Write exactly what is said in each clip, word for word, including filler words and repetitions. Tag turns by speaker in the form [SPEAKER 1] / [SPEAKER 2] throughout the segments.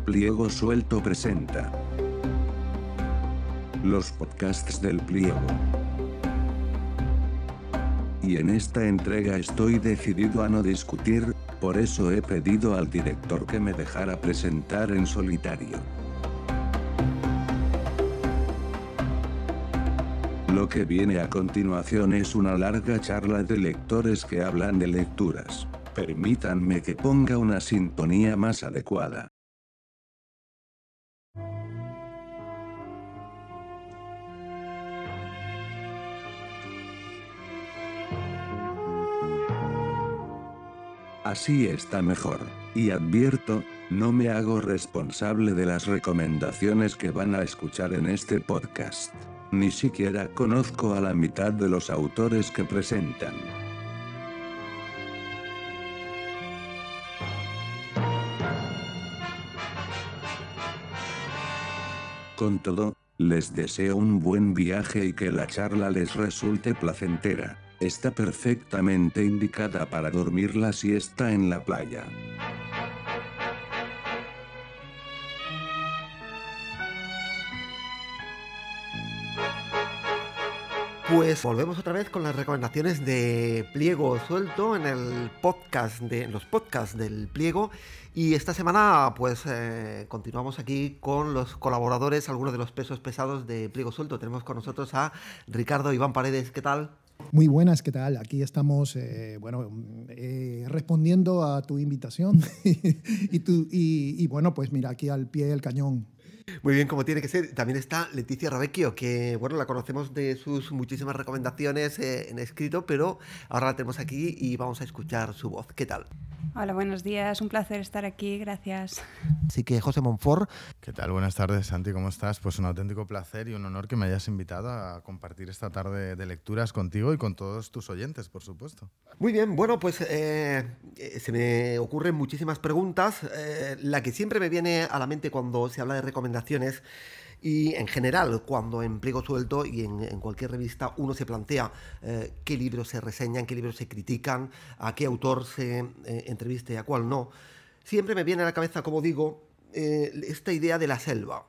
[SPEAKER 1] Pliego Suelto presenta los podcasts del Pliego. Y en esta entrega estoy decidido a no discutir, por eso he pedido al director que me dejara presentar en solitario. Lo que viene a continuación es una larga charla de lectores que hablan de lecturas. Permítanme que ponga una sintonía más adecuada. Así está mejor. Y advierto, no me hago responsable de las recomendaciones que van a escuchar en este podcast. Ni siquiera conozco a la mitad de los autores que presentan. Con todo, les deseo un buen viaje y que la charla les resulte placentera. Está perfectamente indicada para dormir la siesta en la playa.
[SPEAKER 2] Pues volvemos otra vez con las recomendaciones de Pliego Suelto en el podcast de en los podcasts del Pliego. Y esta semana pues eh, continuamos aquí con los colaboradores, algunos de los pesos pesados de Pliego Suelto. Tenemos con nosotros a Ricardo Iván Paredes. ¿Qué tal?
[SPEAKER 3] Muy buenas, ¿qué tal? Aquí estamos, eh, bueno, eh, respondiendo a tu invitación y, tu, y, y bueno, pues mira, aquí al pie del cañón.
[SPEAKER 2] Muy bien, como tiene que ser. También está Leticia Ravecchio, que bueno, la conocemos de sus muchísimas recomendaciones eh, en escrito, pero ahora la tenemos aquí y vamos a escuchar su voz. ¿Qué tal?
[SPEAKER 4] Hola, buenos días, un placer estar aquí, gracias.
[SPEAKER 2] Así que José Monfort.
[SPEAKER 5] ¿Qué tal? Buenas tardes, Santi, ¿cómo estás? Pues un auténtico placer y un honor que me hayas invitado a compartir esta tarde de lecturas contigo y con todos tus oyentes, por supuesto.
[SPEAKER 2] Muy bien, bueno, pues eh, se me ocurren muchísimas preguntas. Eh, la que siempre me viene a la mente cuando se habla de recomendaciones y en general cuando en Pliego Suelto y en, en cualquier revista uno se plantea eh, qué libros se reseñan, qué libros se critican, a qué autor se eh, entreviste y a cuál no, siempre me viene a la cabeza, como digo, eh, esta idea de la selva.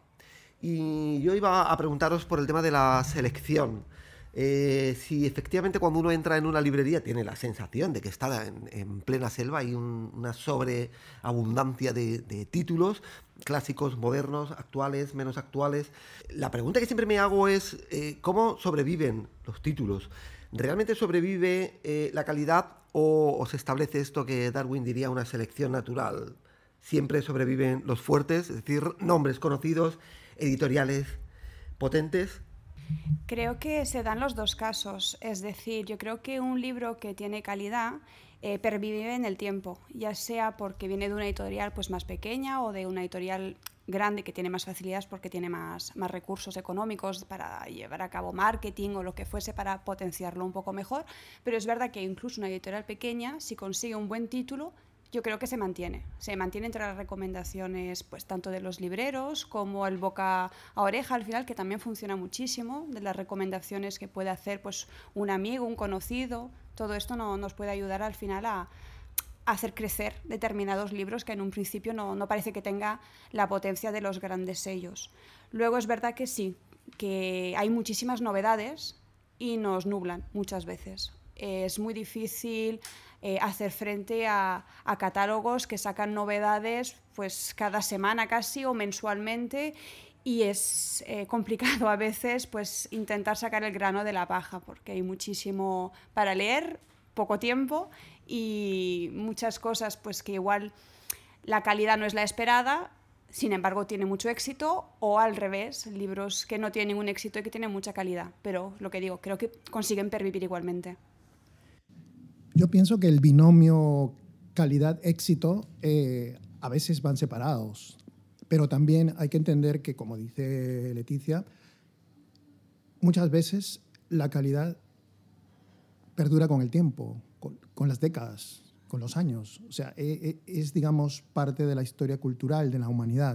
[SPEAKER 2] Y yo iba a preguntaros por el tema de la selección. Eh, si efectivamente cuando uno entra en una librería tiene la sensación de que está en, en plena selva, hay un, una sobreabundancia de, de títulos clásicos, modernos, actuales, menos actuales. La pregunta que siempre me hago es eh, ¿cómo sobreviven los títulos? ¿Realmente sobrevive eh, la calidad o, o se establece esto que Darwin diría una selección natural? ¿Siempre sobreviven los fuertes, es decir, nombres conocidos, editoriales potentes?
[SPEAKER 4] Creo que se dan los dos casos, es decir, yo creo que un libro que tiene calidad eh, pervive en el tiempo, ya sea porque viene de una editorial pues, más pequeña o de una editorial grande que tiene más facilidades porque tiene más, más recursos económicos para llevar a cabo marketing o lo que fuese para potenciarlo un poco mejor, pero es verdad que incluso una editorial pequeña, si consigue un buen título, yo creo que se mantiene, se mantiene entre las recomendaciones pues tanto de los libreros como el boca a oreja al final, que también funciona muchísimo, de las recomendaciones que puede hacer pues un amigo, un conocido, todo esto no, nos puede ayudar al final a, a hacer crecer determinados libros que en un principio no, no parece que tenga la potencia de los grandes sellos. Luego es verdad que sí, que hay muchísimas novedades y nos nublan muchas veces. Es muy difícil eh, hacer frente a, a catálogos que sacan novedades pues cada semana casi o mensualmente y es eh, complicado a veces pues intentar sacar el grano de la paja porque hay muchísimo para leer, poco tiempo y muchas cosas pues que igual la calidad no es la esperada, sin embargo tiene mucho éxito, o al revés, libros que no tienen ningún éxito y que tienen mucha calidad, pero lo que digo, creo que consiguen pervivir igualmente.
[SPEAKER 3] Yo pienso que el binomio calidad-éxito eh, a veces van separados, pero también hay que entender que, como dice Leticia, muchas veces la calidad perdura con el tiempo, con, con las décadas, con los años. O sea, es, es, digamos, parte de la historia cultural de la humanidad.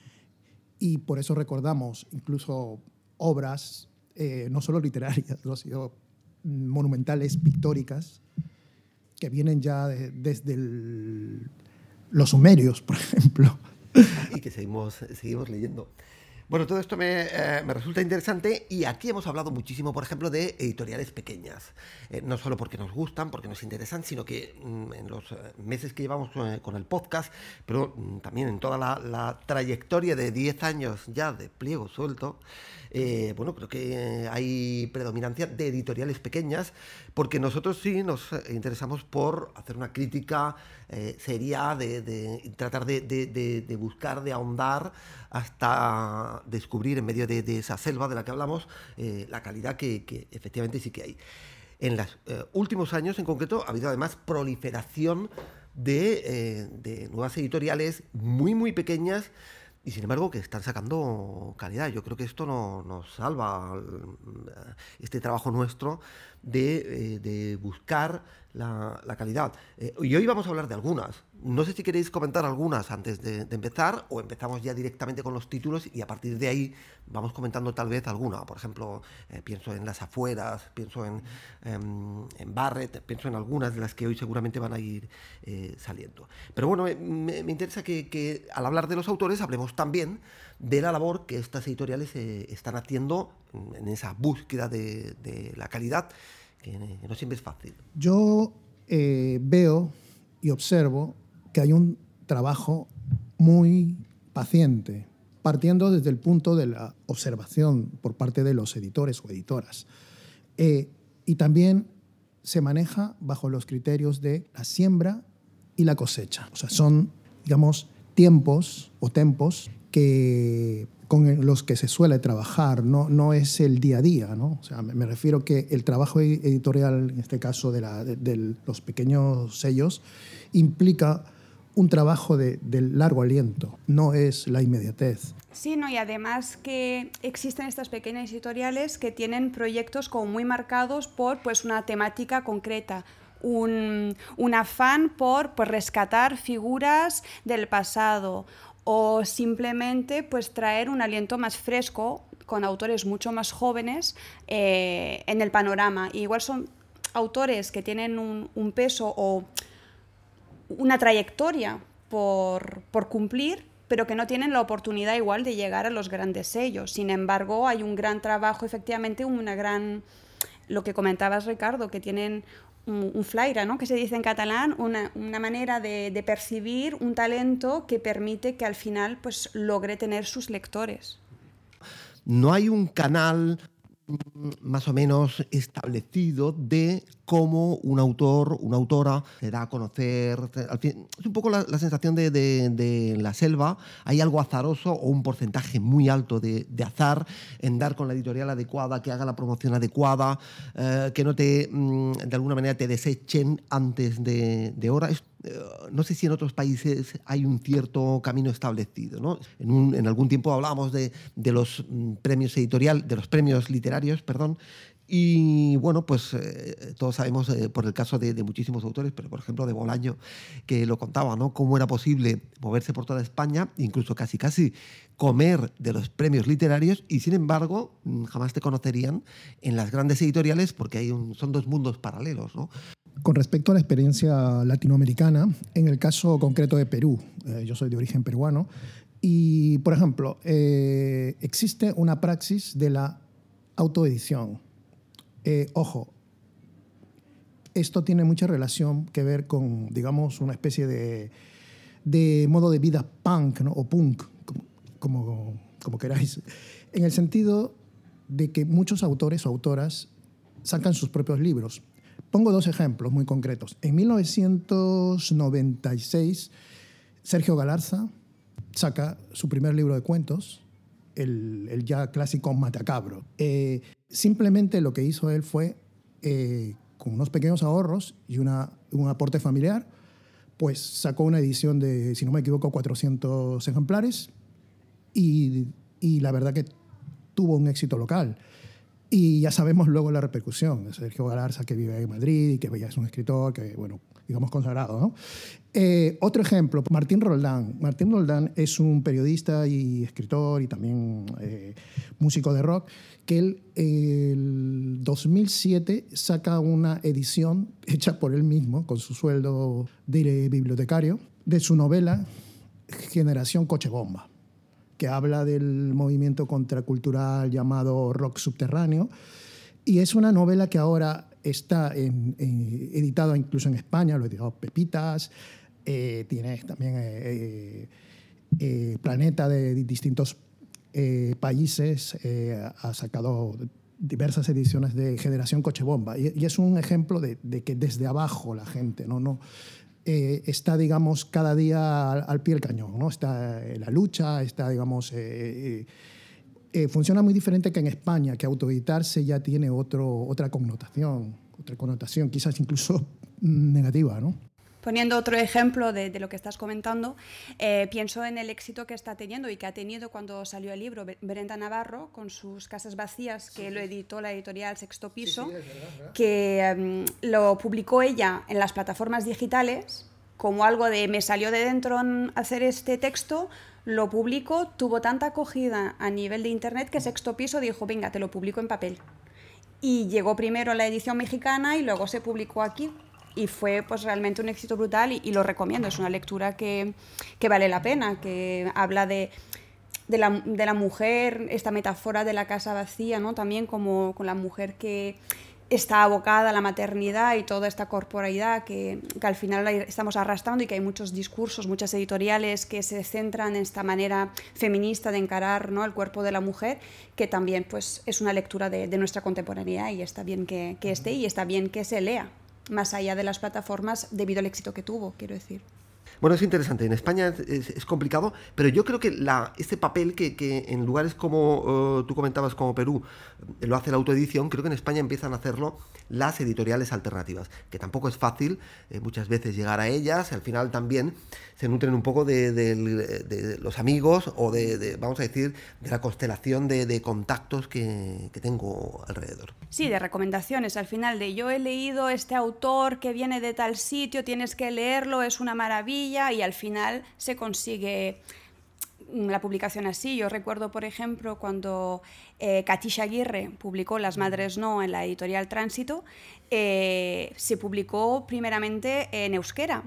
[SPEAKER 3] Y por eso recordamos incluso obras, eh, no solo literarias, sino monumentales, pictóricas, que vienen ya de, desde el, los sumerios, por ejemplo,
[SPEAKER 2] y que seguimos, seguimos leyendo. Bueno, todo esto me, eh, me resulta interesante y aquí hemos hablado muchísimo, por ejemplo, de editoriales pequeñas. Eh, no solo porque nos gustan, porque nos interesan, sino que mm, en los meses que llevamos eh, con el podcast, pero mm, también en toda la, la trayectoria de diez años ya de Pliego Suelto, eh, bueno, creo que hay predominancia de editoriales pequeñas, porque nosotros sí nos interesamos por hacer una crítica eh, seria, de, de tratar de, de, de, de buscar, de ahondar hasta descubrir en medio de, de esa selva de la que hablamos eh, la calidad que, que efectivamente sí que hay. En los eh, últimos años en concreto ha habido además proliferación de, eh, de nuevas editoriales muy muy pequeñas y sin embargo que están sacando calidad. Yo creo que esto no, nos salva este trabajo nuestro de, eh, de buscar la, la calidad. Eh, y hoy vamos a hablar de algunas. No sé si queréis comentar algunas antes de, de empezar o empezamos ya directamente con los títulos y a partir de ahí vamos comentando tal vez alguna. Por ejemplo, eh, pienso en Las Afueras, pienso en, en, en Barrett, pienso en algunas de las que hoy seguramente van a ir eh, saliendo. Pero bueno, me, me interesa que, que al hablar de los autores hablemos también de la labor que estas editoriales eh, están haciendo en, en esa búsqueda de, de la calidad, que, que no siempre es fácil.
[SPEAKER 3] Yo eh, veo y observo que hay un trabajo muy paciente, partiendo desde el punto de la observación por parte de los editores o editoras. Eh, y también se maneja bajo los criterios de la siembra y la cosecha. O sea, son, digamos, tiempos o tempos que, con los que se suele trabajar, no, no es el día a día, ¿no? O sea, me, me refiero que el trabajo editorial, en este caso de, la, de, de los pequeños sellos, implica un trabajo de, de largo aliento, no es la inmediatez.
[SPEAKER 4] Sí, no, y además que existen estas pequeñas editoriales que tienen proyectos como muy marcados por pues, una temática concreta. Un, un afán por pues, rescatar figuras del pasado o simplemente pues, traer un aliento más fresco con autores mucho más jóvenes eh, en el panorama. Y igual son autores que tienen un, un peso o una trayectoria por, por cumplir, pero que no tienen la oportunidad igual de llegar a los grandes sellos. Sin embargo, hay un gran trabajo, efectivamente, una gran, lo que comentabas, Ricardo, que tienen un, un flaire, ¿no? Que se dice en catalán, una, una manera de, de percibir un talento que permite que al final pues, logre tener sus lectores.
[SPEAKER 2] No hay un canal más o menos establecido de cómo un autor, una autora se da a conocer. Es un poco la, la sensación de, de, de La Selva. Hay algo azaroso o un porcentaje muy alto de, de azar en dar con la editorial adecuada, que haga la promoción adecuada, eh, que no te, de alguna manera te desechen antes de, de hora. Es, eh, no sé si en otros países hay un cierto camino establecido, ¿no? En, un, en algún tiempo hablábamos de, de los premios editorial, de los premios literarios, perdón. Y bueno, pues eh, todos sabemos eh, por el caso de, de muchísimos autores, pero por ejemplo de Bolaño, que lo contaba, ¿no? Cómo era posible moverse por toda España, incluso casi casi comer de los premios literarios y sin embargo jamás te conocerían en las grandes editoriales porque hay un, son dos mundos paralelos, ¿no?
[SPEAKER 3] Con respecto a la experiencia latinoamericana, en el caso concreto de Perú, eh, yo soy de origen peruano, y por ejemplo, eh, existe una praxis de la autoedición. Eh, ojo, esto tiene mucha relación que ver con, digamos, una especie de, de modo de vida punk, ¿no? O punk, como, como, como queráis, en el sentido de que muchos autores o autoras sacan sus propios libros. Pongo dos ejemplos muy concretos. En mil novecientos noventa y seis, Sergio Galarza saca su primer libro de cuentos, el, el ya clásico Matacabro. Eh, simplemente lo que hizo él fue, eh, con unos pequeños ahorros y una, un aporte familiar, pues sacó una edición de, si no me equivoco, cuatrocientos ejemplares y, y la verdad que tuvo un éxito local. Y ya sabemos luego la repercusión. Sergio Galarza, que vive en Madrid y que ya es un escritor que, bueno, digamos consagrado, ¿no? Eh, otro ejemplo, Martín Roldán. Martín Roldán es un periodista y escritor y también eh, músico de rock, que él el dos mil siete saca una edición hecha por él mismo, con su sueldo de bibliotecario, de su novela Generación Coche Bomba, que habla del movimiento contracultural llamado rock subterráneo, y es una novela que ahora está en, en, editada incluso en España, lo ha editado Pepitas, eh, tiene también eh, eh, Planeta de distintos eh, países, eh, ha sacado diversas ediciones de Generación Coche Bomba, y, y es un ejemplo de, de que desde abajo la gente no, no eh, está, digamos, cada día al, al pie del cañón, ¿no? Está en la lucha, está, digamos, eh, eh, funciona muy diferente que en España, que autoeditarse ya tiene otro, otra connotación, otra connotación quizás incluso negativa, ¿no?
[SPEAKER 4] Poniendo otro ejemplo de, de lo que estás comentando, eh, pienso en el éxito que está teniendo y que ha tenido cuando salió el libro Brenda Navarro con sus Casas Vacías, que sí, lo editó la editorial Sexto Piso, sí, sí, es verdad, ¿verdad? que um, lo publicó ella en las plataformas digitales como algo de me salió de dentro hacer este texto, lo publico, tuvo tanta acogida a nivel de internet que Sexto Piso dijo, venga, te lo publico en papel. Y llegó primero la edición mexicana y luego se publicó aquí. Y fue pues realmente un éxito brutal y, y lo recomiendo. Es una lectura que, que vale la pena, que habla de, de, la, de la mujer, esta metáfora de la casa vacía, ¿no? También como con la mujer que está abocada a la maternidad y toda esta corporalidad que, que al final la estamos arrastrando, y que hay muchos discursos, muchas editoriales que se centran en esta manera feminista de encarar, ¿no?, el cuerpo de la mujer, que también pues, es una lectura de, de nuestra contemporaneidad, y está bien que, que esté y está bien que se lea, más allá de las plataformas, debido al éxito que tuvo, quiero decir.
[SPEAKER 2] Bueno, es interesante. En España es, es complicado, pero yo creo que la, este papel que, que en lugares como uh, tú comentabas, como Perú, lo hace la autoedición, creo que en España empiezan a hacerlo las editoriales alternativas, que tampoco es fácil eh, muchas veces llegar a ellas. Al final también se nutren un poco de, de, de los amigos o de, de, vamos a decir, de la constelación de, de contactos que, que tengo alrededor.
[SPEAKER 4] Sí, de recomendaciones. Al final de yo he leído este autor que viene de tal sitio, tienes que leerlo, es una maravilla, y al final se consigue la publicación así. Yo recuerdo, por ejemplo, cuando eh, Katisha Aguirre publicó Las Madres No en la editorial Tránsito, eh, se publicó primeramente en euskera.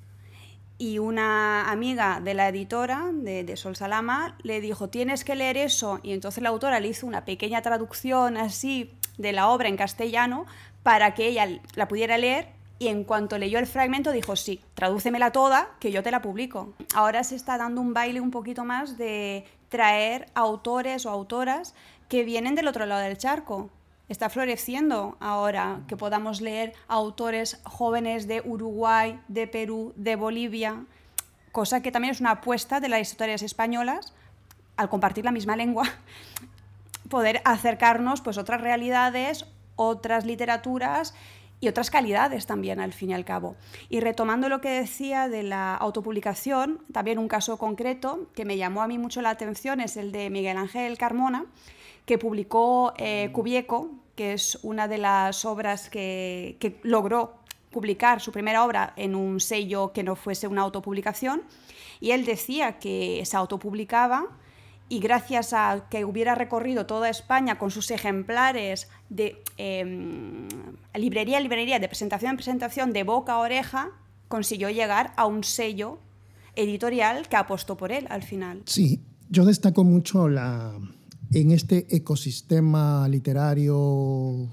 [SPEAKER 4] Y una amiga de la editora, de, de Sol Salama, le dijo, tienes que leer eso. Y entonces la autora le hizo una pequeña traducción así de la obra en castellano para que ella la pudiera leer. Y en cuanto leyó el fragmento dijo, sí, tradúcemela toda, que yo te la publico. Ahora se está dando un baile un poquito más de traer autores o autoras que vienen del otro lado del charco. Está floreciendo ahora que podamos leer autores jóvenes de Uruguay, de Perú, de Bolivia, cosa que también es una apuesta de las historias españolas, al compartir la misma lengua, poder acercarnos pues otras realidades, otras literaturas y otras calidades también, al fin y al cabo. Y retomando lo que decía de la autopublicación, también un caso concreto que me llamó a mí mucho la atención es el de Miguel Ángel Carmona, que publicó eh, Cubieco, que es una de las obras que, que logró publicar su primera obra en un sello que no fuese una autopublicación, y él decía que se autopublicaba, y gracias a que hubiera recorrido toda España con sus ejemplares de eh, librería a librería, de presentación en presentación, de boca a oreja, consiguió llegar a un sello editorial que apostó por él al final.
[SPEAKER 3] Sí, yo destaco mucho la, en este ecosistema literario,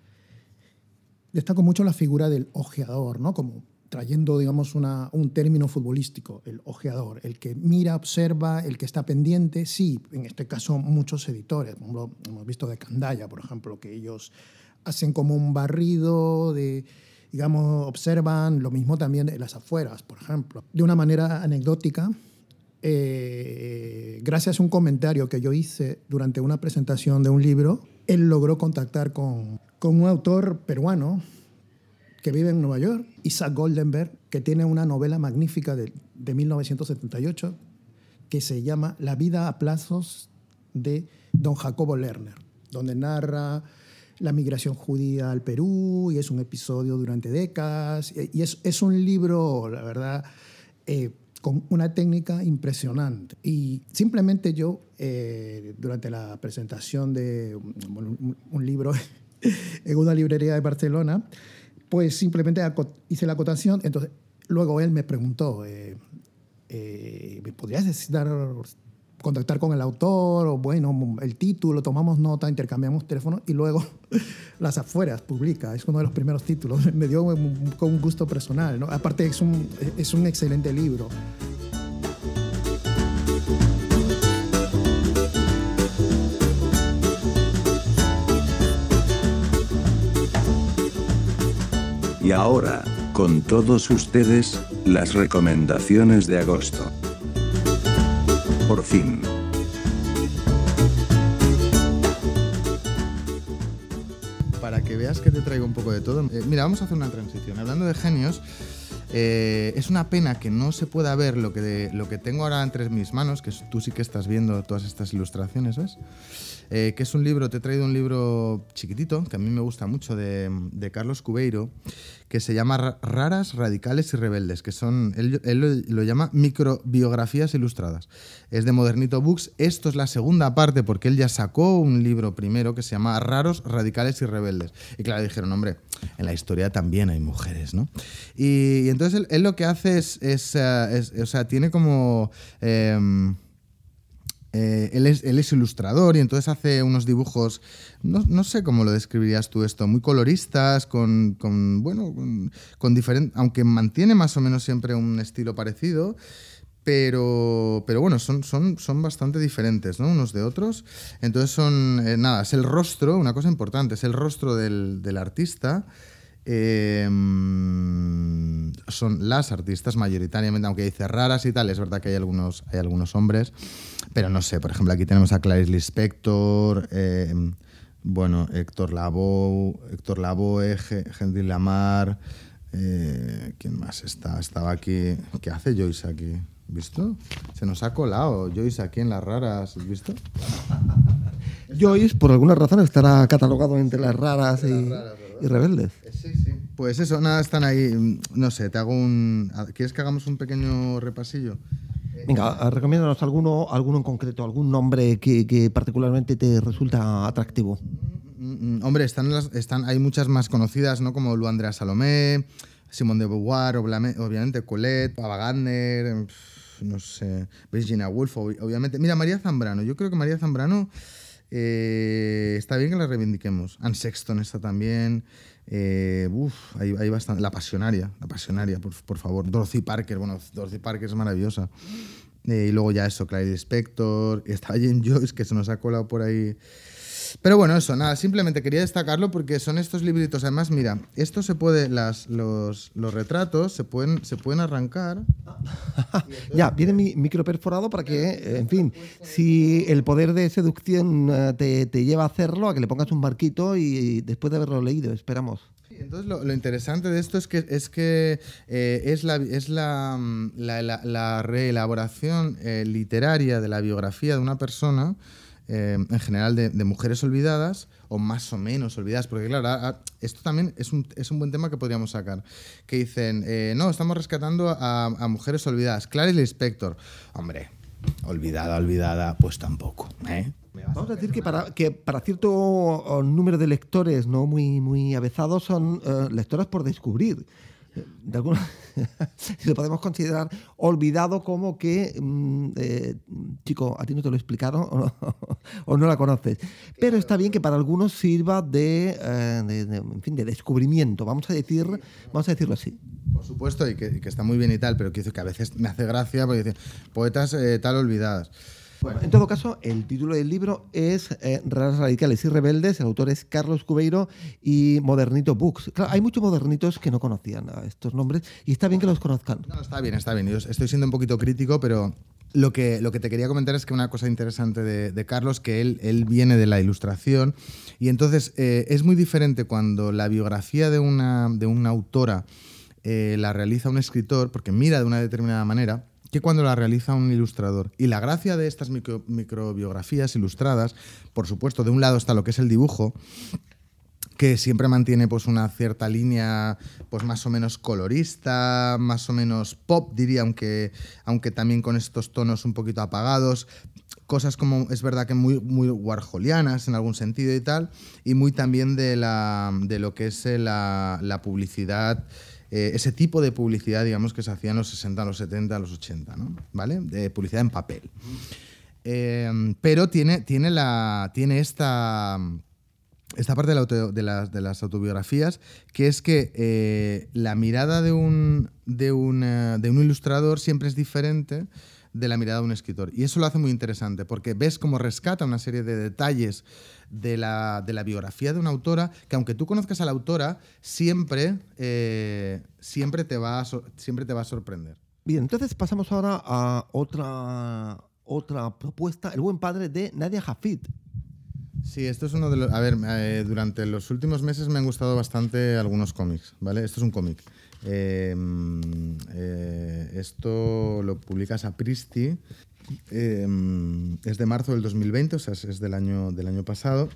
[SPEAKER 3] destaco mucho la figura del ojeador, ¿no? Como trayendo, digamos, una, un término futbolístico, el ojeador, el que mira, observa, el que está pendiente. Sí, en este caso muchos editores, como hemos visto de Candaya, por ejemplo, que ellos hacen como un barrido, de, digamos, observan, lo mismo también en las afueras, por ejemplo. De una manera anecdótica, eh, gracias a un comentario que yo hice durante una presentación de un libro, él logró contactar con, con un autor peruano que vive en Nueva York, Isaac Goldenberg, que tiene una novela magnífica de, de mil novecientos setenta y ocho que se llama La vida a plazos de don Jacobo Lerner, donde narra la migración judía al Perú, y es un episodio durante décadas, y es, es un libro, la verdad, eh, con una técnica impresionante. Y simplemente yo, eh, durante la presentación de un, un libro en una librería de Barcelona, pues simplemente hice la acotación. Entonces, luego él me preguntó, eh, eh, ¿me podrías decir, dar, contactar con el autor? O bueno, el título, tomamos nota, intercambiamos teléfono y luego Las afueras publica. Es uno de los primeros títulos. Me dio un, con un gusto personal, ¿no? Aparte es un, es un excelente libro.
[SPEAKER 1] Y ahora, con todos ustedes, las recomendaciones de agosto. Por fin.
[SPEAKER 5] Para que veas que te traigo un poco de todo. Eh, mira, vamos a hacer una transición. Hablando de genios, eh, es una pena que no se pueda ver lo que, de, lo que tengo ahora entre mis manos, que tú sí que estás viendo todas estas ilustraciones, ¿ves? Eh, que es un libro, te he traído un libro chiquitito, que a mí me gusta mucho, de, de Carlos Cubeiro, que se llama Raras, Radicales y Rebeldes, que son, él, él lo, lo llama microbiografías ilustradas. Es de Modernito Books. Esto es la segunda parte, porque él ya sacó un libro primero que se llama Raros, Radicales y Rebeldes. Y claro, dijeron, hombre, en la historia también hay mujeres, ¿no? Y, y entonces él, él lo que hace es, es, uh, es, o sea, tiene como... Eh, Eh, él, es, él es ilustrador y entonces hace unos dibujos, no, no sé cómo lo describirías tú esto, muy coloristas, con, con bueno, con, con diferente, aunque mantiene más o menos siempre un estilo parecido, pero, pero bueno, son, son, son bastante diferentes, ¿no? Unos de otros. Entonces son, eh, nada, es el rostro, una cosa importante, es el rostro del, del artista. Eh, son las artistas mayoritariamente, aunque dice raras y tal, es verdad que hay algunos, hay algunos hombres, pero no sé, por ejemplo, aquí tenemos a Clarice Lispector, eh, bueno, Héctor Lavoe, Héctor Lavoe, Henry Lamar, eh, ¿quién más está? Estaba aquí, ¿qué hace Joyce aquí? ¿Visto? Se nos ha colado Joyce aquí en las raras, ¿visto?
[SPEAKER 2] Joyce, por alguna razón, estará catalogado entre las raras y, las raras, y rebeldes.
[SPEAKER 5] Sí, sí. Pues eso, nada, están ahí. No sé, te hago un... ¿Quieres que hagamos un pequeño repasillo?
[SPEAKER 2] Venga, recomiéndanos alguno, alguno en concreto, algún nombre que, que particularmente te resulta atractivo.
[SPEAKER 5] Mm, mm, hombre, están, las, están, hay muchas más conocidas, ¿no? Como Lu Andrea Salomé, Simone de Beauvoir, obviamente, Colette, Ava Gardner, no sé, Virginia Woolf, obviamente. Mira, María Zambrano. Yo creo que María Zambrano eh, está bien que la reivindiquemos. Anne Sexton está también. Eh, uf, hay, hay bastante. La Pasionaria, la Pasionaria, por, por favor. Dorothy Parker, bueno, Dorothy Parker es maravillosa. Eh, y luego ya eso, Clarice Lispector. Está James Joyce, que se nos ha colado por ahí. Pero bueno, eso, nada, simplemente quería destacarlo porque son estos libritos. Además, mira, esto se puede, las, los, los retratos se pueden, se pueden arrancar.
[SPEAKER 2] Ya, viene mi micro perforado para que, en fin, si el poder de seducción te, te lleva a hacerlo, a que le pongas un marquito y después de haberlo leído, esperamos.
[SPEAKER 5] Sí, entonces lo, lo interesante de esto es que es, que, eh, es, la, es la, la, la, la reelaboración eh, literaria de la biografía de una persona. Eh, en general de, de mujeres olvidadas o más o menos olvidadas, porque claro, a, a, esto también es un, es un buen tema que podríamos sacar, que dicen, eh, no, estamos rescatando a, a mujeres olvidadas. Clarice Lispector, hombre, olvidada, olvidada, pues tampoco, ¿eh?
[SPEAKER 2] Vamos a decir que para, que para cierto número de lectores no muy, muy avezados son uh, lectores por descubrir. De alguna, si lo podemos considerar olvidado como que, mm, eh, chico, a ti no te lo explicaron o no, o no la conoces. Pero está bien que para algunos sirva de, eh, de, de, en fin, de descubrimiento, vamos a decir, vamos a decirlo así.
[SPEAKER 5] Por supuesto, y que, que está muy bien y tal, pero que, que a veces me hace gracia porque dicen poetas eh, tal olvidadas.
[SPEAKER 2] Bueno, en todo caso, el título del libro es eh, Raras, Radicales y Rebeldes. El autor es Carlos Cubeiro y Modernito Books. Claro, hay muchos modernitos que no conocían a estos nombres y está bien que los conozcan.
[SPEAKER 5] No, está bien, está bien. Yo estoy siendo un poquito crítico, pero lo que, lo que te quería comentar es que una cosa interesante de, de Carlos, que él, él viene de la ilustración y entonces eh, es muy diferente cuando la biografía de una, de una autora eh, la realiza un escritor, porque mira de una determinada manera, que cuando la realiza un ilustrador. Y la gracia de estas micro, microbiografías ilustradas, por supuesto, de un lado está lo que es el dibujo, que siempre mantiene pues, una cierta línea pues, más o menos colorista, más o menos pop, diría, aunque, aunque también con estos tonos un poquito apagados. Cosas como, es verdad que muy, muy warholianas en algún sentido y tal, y muy también de, la, de lo que es la, la publicidad eh, ese tipo de publicidad, digamos, que se hacía en los sesenta, los setenta, los ochenta, ¿no? ¿Vale? De publicidad en papel. Eh, pero tiene, tiene, la, tiene esta, esta parte de, la auto, de, las, de las autobiografías, que es que eh, la mirada de un, de, una, de un ilustrador siempre es diferente de la mirada de un escritor. Y eso lo hace muy interesante, porque ves cómo rescata una serie de detalles de la, de la biografía de una autora, que aunque tú conozcas a la autora, siempre, eh, siempre, te, va a so, siempre te va a sorprender.
[SPEAKER 2] Bien, entonces pasamos ahora a otra, otra propuesta, El buen padre, de Nadia Hafid.
[SPEAKER 5] Sí, esto es uno de los... A ver, eh, durante los últimos meses me han gustado bastante algunos cómics, ¿vale? Esto es un cómic. Eh, eh, esto lo publica Sapristi. Eh, es de marzo del dos mil veinte, o sea, es del año, del año pasado.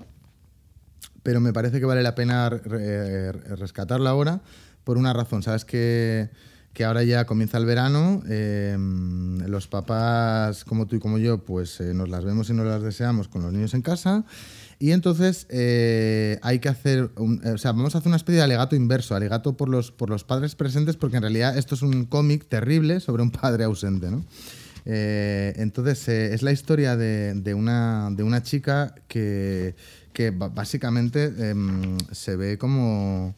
[SPEAKER 5] Pero me parece que vale la pena re, rescatarlo ahora por una razón. Sabes que, que ahora ya comienza el verano. Eh, los papás, como tú y como yo, pues eh, nos las vemos y nos las deseamos con los niños en casa. Y entonces eh, hay que hacer, un, o sea, vamos a hacer una especie de alegato inverso, alegato por los, por los padres presentes, porque en realidad esto es un cómic terrible sobre un padre ausente, ¿no? Eh, entonces eh, es la historia de, de, una, de una chica que, que básicamente eh, se ve como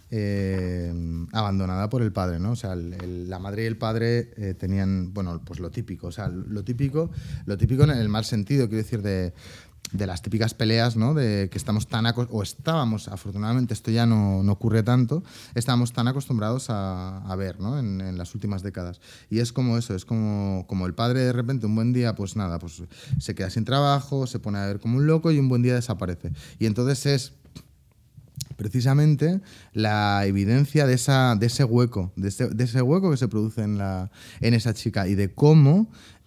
[SPEAKER 5] eh, abandonada por el padre, ¿no? O sea, el, el, la madre y el padre eh, tenían, bueno, pues lo típico, o sea, lo típico, lo típico en el mal sentido, quiero decir, de... de las típicas peleas, ¿no? De que estamos tan o estábamos, afortunadamente esto ya no, no ocurre tanto, estábamos tan acostumbrados a, a ver, ¿no? En, en las últimas décadas. Y es como eso, es como, como el padre de repente un buen día, pues nada, pues se queda sin trabajo, se pone a ver como un loco y un buen día desaparece. Y entonces es precisamente la evidencia de, esa, de ese hueco, de ese, de ese hueco que se produce en, la, en esa chica y de cómo,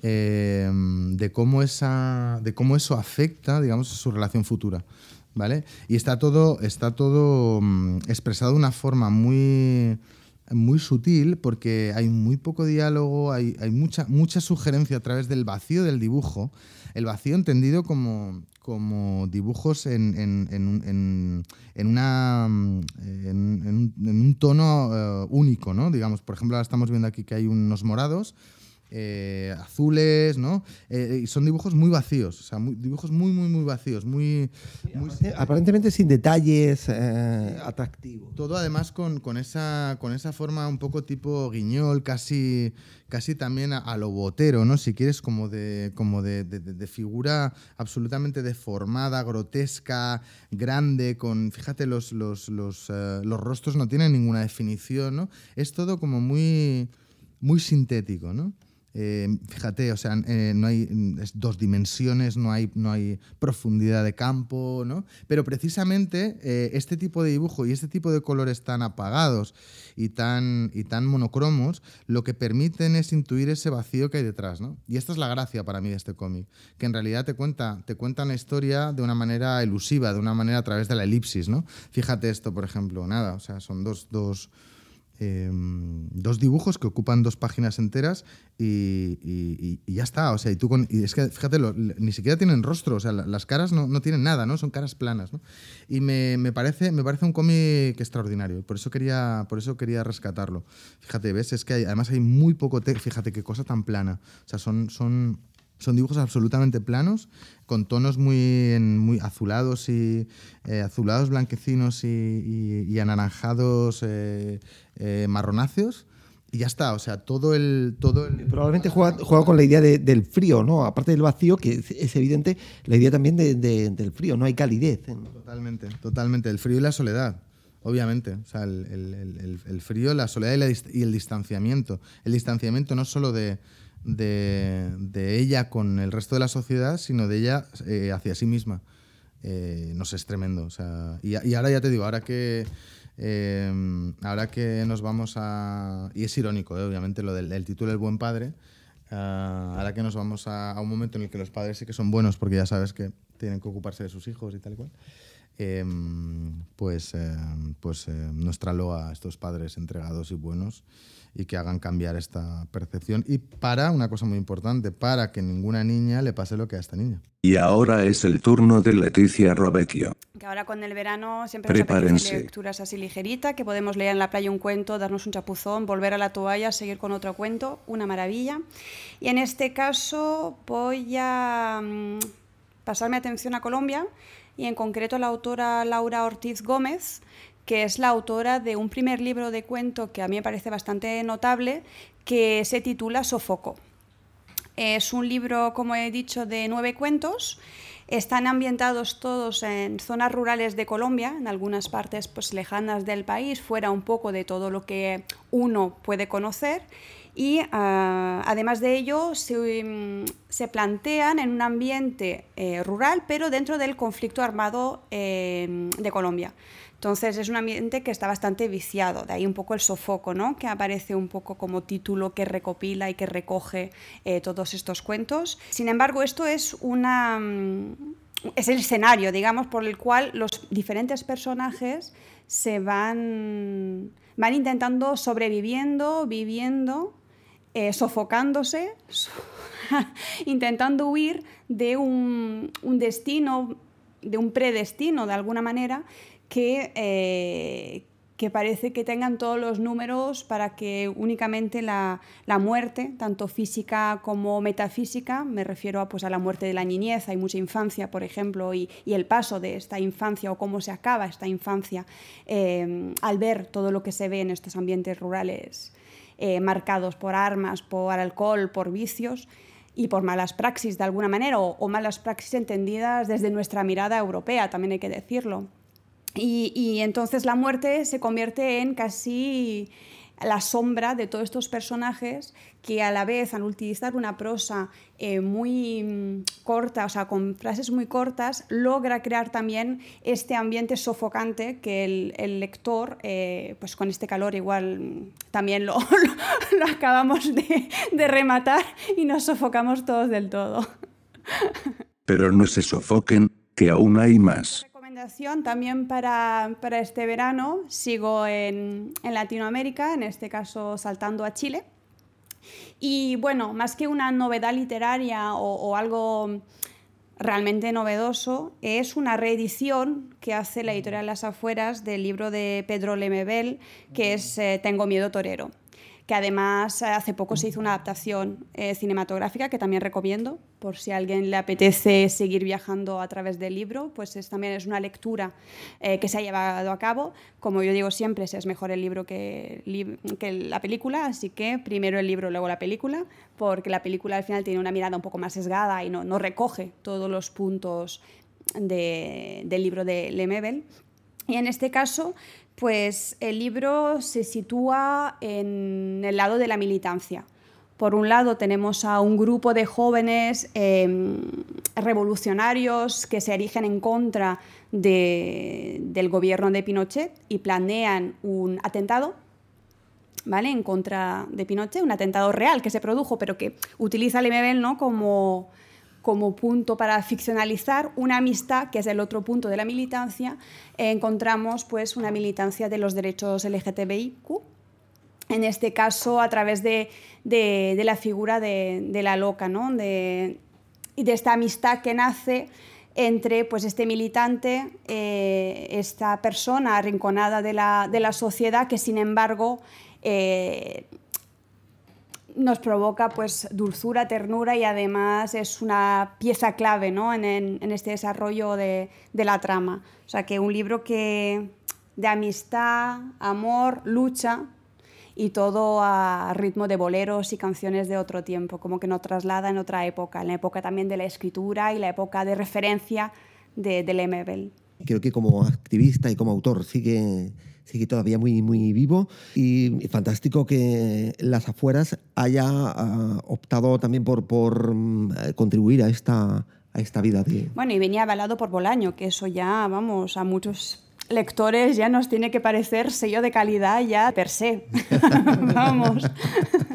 [SPEAKER 5] eh, de, cómo esa, de cómo eso afecta, digamos, su relación futura, ¿vale? Y está todo, está todo um, expresado de una forma muy, muy sutil, porque hay muy poco diálogo, hay, hay mucha, mucha sugerencia a través del vacío del dibujo, el vacío entendido como... como dibujos en, en, en, en, en, una, en, en, un, en un tono uh, único, ¿no? Digamos, por ejemplo, ahora estamos viendo aquí que hay unos morados, eh, azules, ¿no? Eh, y son dibujos muy vacíos, o sea, muy, dibujos muy, muy, muy vacíos, muy... muy
[SPEAKER 2] aparentemente sin detalles eh, atractivos.
[SPEAKER 5] Todo además con, con, esa, con esa forma un poco tipo guiñol, casi... casi también a, a lo botero, ¿no? Si quieres, como de, como de, de, de figura absolutamente deformada, grotesca, grande, con, fíjate, los, los, los, uh, los rostros no tienen ninguna definición, ¿no? Es todo como muy, muy sintético, ¿no? Eh, fíjate, o sea, eh, no hay es dos dimensiones, no hay, no hay profundidad de campo, ¿no? Pero precisamente eh, este tipo de dibujo y este tipo de colores tan apagados y tan, y tan monocromos, lo que permiten es intuir ese vacío que hay detrás, ¿no? Y esta es la gracia para mí de este cómic, que en realidad te cuenta, te cuenta una historia de una manera elusiva, de una manera a través de la elipsis, ¿no? Fíjate esto, por ejemplo, nada, o sea, son dos... dos Eh, dos dibujos que ocupan dos páginas enteras y, y, y ya está, o sea, y tú con, y es que fíjate, lo, ni siquiera tienen rostro, o sea, las caras no, no tienen nada, ¿no? Son caras planas, ¿no? Y me, me parece, me parece un cómic extraordinario, por eso quería, por eso quería rescatarlo. Fíjate, ¿ves? Es que hay, además hay muy poco texto, fíjate qué cosa tan plana, o sea, son, son, son dibujos absolutamente planos, con tonos muy, muy azulados y eh, azulados, blanquecinos y, y, y anaranjados, eh, eh, marronáceos, y ya está, o sea, todo el... Todo el...
[SPEAKER 2] Probablemente juega, juega con la idea de, del frío, ¿no? Aparte del vacío, que es, es evidente, la idea también de, de, del frío, no hay calidez.
[SPEAKER 5] Totalmente, totalmente, el frío y la soledad. Obviamente, o sea, el, el, el, el frío, la soledad y, la, y el distanciamiento. El distanciamiento no solo de... De, de ella con el resto de la sociedad, sino de ella eh, hacia sí misma. Eh, no sé, es tremendo. O sea, y, y ahora ya te digo, ahora que eh, ahora que nos vamos a... Y es irónico, eh, obviamente, lo del el título El buen padre. Uh, ahora que nos vamos a, a un momento en el que los padres sí que son buenos, porque ya sabes que tienen que ocuparse de sus hijos y tal y cual. eh, pues, eh, pues eh, nuestra loa a estos padres entregados y buenos y que hagan cambiar esta percepción. Y para, una cosa muy importante, para que ninguna niña le pase lo que a esta niña.
[SPEAKER 1] Y ahora es el turno de Leticia Robecchio.
[SPEAKER 4] Que ahora con el verano siempre nos apetece lecturas así ligerita, que podemos leer en la playa un cuento, darnos un chapuzón, volver a la toalla, seguir con otro cuento, una maravilla. Y en este caso voy a um, pasarme atención a Colombia y en concreto la autora Laura Ortiz Gómez, que es la autora de un primer libro de cuento que a mí me parece bastante notable, que se titula Sofoco. Es un libro, como he dicho, de nueve cuentos. Están ambientados todos en zonas rurales de Colombia, en algunas partes pues, lejanas del país, fuera un poco de todo lo que uno puede conocer. Y uh, además de ello se, um, se plantean en un ambiente eh, rural, pero dentro del conflicto armado eh, de Colombia. Entonces es un ambiente que está bastante viciado, de ahí un poco el sofoco, ¿no? Que aparece un poco como título que recopila y que recoge eh, todos estos cuentos. Sin embargo, esto es, una, es el escenario, digamos, por el cual los diferentes personajes se van, van intentando sobreviviendo, viviendo, eh, sofocándose, so, intentando huir de un, un destino, de un predestino de alguna manera, Que, eh, que parece que tengan todos los números para que únicamente la, la muerte, tanto física como metafísica, me refiero a, pues, a la muerte de la niñez, hay mucha infancia, por ejemplo, y, y el paso de esta infancia o cómo se acaba esta infancia eh, al ver todo lo que se ve en estos ambientes rurales eh, marcados por armas, por alcohol, por vicios y por malas praxis de alguna manera, o, o malas praxis entendidas desde nuestra mirada europea, también hay que decirlo. Y, y entonces la muerte se convierte en casi la sombra de todos estos personajes que a la vez, al utilizar una prosa eh, muy corta, o sea, con frases muy cortas, logra crear también este ambiente sofocante que el, el lector, eh, pues con este calor igual también lo, lo, lo acabamos de, de rematar y nos sofocamos todos del todo.
[SPEAKER 1] Pero no se sofoquen, que aún hay más.
[SPEAKER 4] También para, para este verano sigo en, en Latinoamérica, en este caso saltando a Chile. Y bueno, más que una novedad literaria o, o algo realmente novedoso, es una reedición que hace la editorial Las Afueras del libro de Pedro Lemebel, que es eh, Tengo miedo torero, que además hace poco se hizo una adaptación eh, cinematográfica que también recomiendo, por si a alguien le apetece seguir viajando a través del libro, pues es, también es una lectura eh, que se ha llevado a cabo. Como yo digo siempre, es mejor el libro que, li que la película, así que primero el libro, luego la película, porque la película al final tiene una mirada un poco más sesgada y no, no recoge todos los puntos de, del libro de Lemebel. Y en este caso, pues el libro se sitúa en el lado de la militancia. Por un lado tenemos a un grupo de jóvenes eh, revolucionarios que se erigen en contra de, del gobierno de Pinochet y planean un atentado, ¿vale?, en contra de Pinochet, un atentado real que se produjo, pero que utiliza Lemebel, ¿no?, como... como punto para ficcionalizar una amistad, que es el otro punto de la militancia. Eh, encontramos pues, una militancia de los derechos L G T B I Q, en este caso a través de, de, de la figura de, de la loca, ¿no?, de, y de esta amistad que nace entre pues, este militante, eh, esta persona arrinconada de la, de la sociedad que, sin embargo, eh, nos provoca pues, dulzura, ternura y además es una pieza clave, ¿no?, en, en, en este desarrollo de, de la trama. O sea, que un libro que, de amistad, amor, lucha y todo a ritmo de boleros y canciones de otro tiempo, como que nos traslada en otra época, en la época también de la escritura y la época de referencia de, de Lemebel.
[SPEAKER 2] Creo que como activista y como autor sigue... sigue todavía muy, muy vivo y, y fantástico que Las Afueras haya uh, optado también por, por um, contribuir a esta, a esta vida. De...
[SPEAKER 4] Bueno, y venía avalado por Bolaño, que eso ya, vamos, a muchos lectores ya nos tiene que parecer sello de calidad ya per se. Vamos.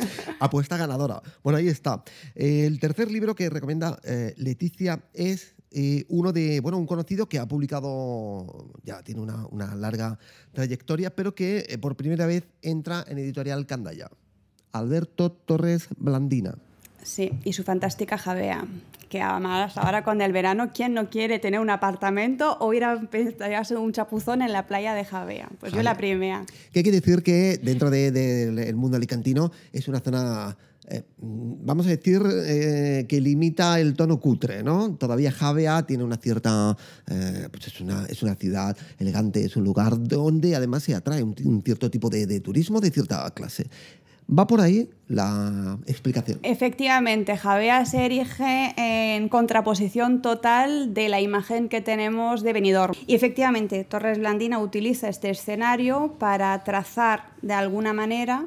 [SPEAKER 2] Apuesta ganadora. Bueno, ahí está. El tercer libro que recomienda eh, Leticia es eh, uno de, bueno, un conocido que ha publicado, ya tiene una, una larga trayectoria, pero que eh, por primera vez entra en Editorial Candaya. Alberto Torres Blandina.
[SPEAKER 4] Sí, y su fantástica Javea, que además ahora con el verano, ¿quién no quiere tener un apartamento o ir a pegarse un chapuzón en la playa de Javea? Pues Javea. Yo la primera.
[SPEAKER 2] Que hay que decir que dentro del de, de, mundo alicantino es una zona, eh, vamos a decir, eh, que limita el tono cutre, ¿no? Todavía Javea tiene una cierta, eh, pues es una, es una ciudad elegante, es un lugar donde además se atrae un, un cierto tipo de, de turismo de cierta clase. ¿Va por ahí la explicación?
[SPEAKER 4] Efectivamente, Javea se erige en contraposición total de la imagen que tenemos de Benidorm. Y efectivamente, Torres Blandina utiliza este escenario para trazar de alguna manera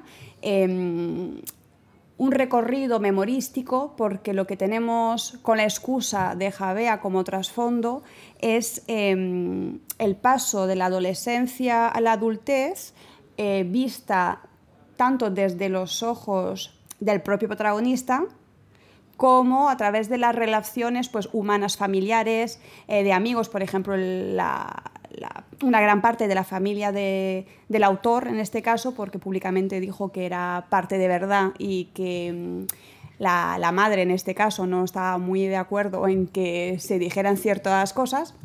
[SPEAKER 4] eh, un recorrido memorístico, porque lo que tenemos con la excusa de Javea como trasfondo es eh, el paso de la adolescencia a la adultez eh, vista tanto desde los ojos del propio protagonista como a través de las relaciones pues, humanas, familiares, eh, de amigos, por ejemplo, la, la, una gran parte de la familia de, del autor, en este caso, porque públicamente dijo que era parte de verdad y que mmm, la, la madre, en este caso, no estaba muy de acuerdo en que se dijeran ciertas cosas,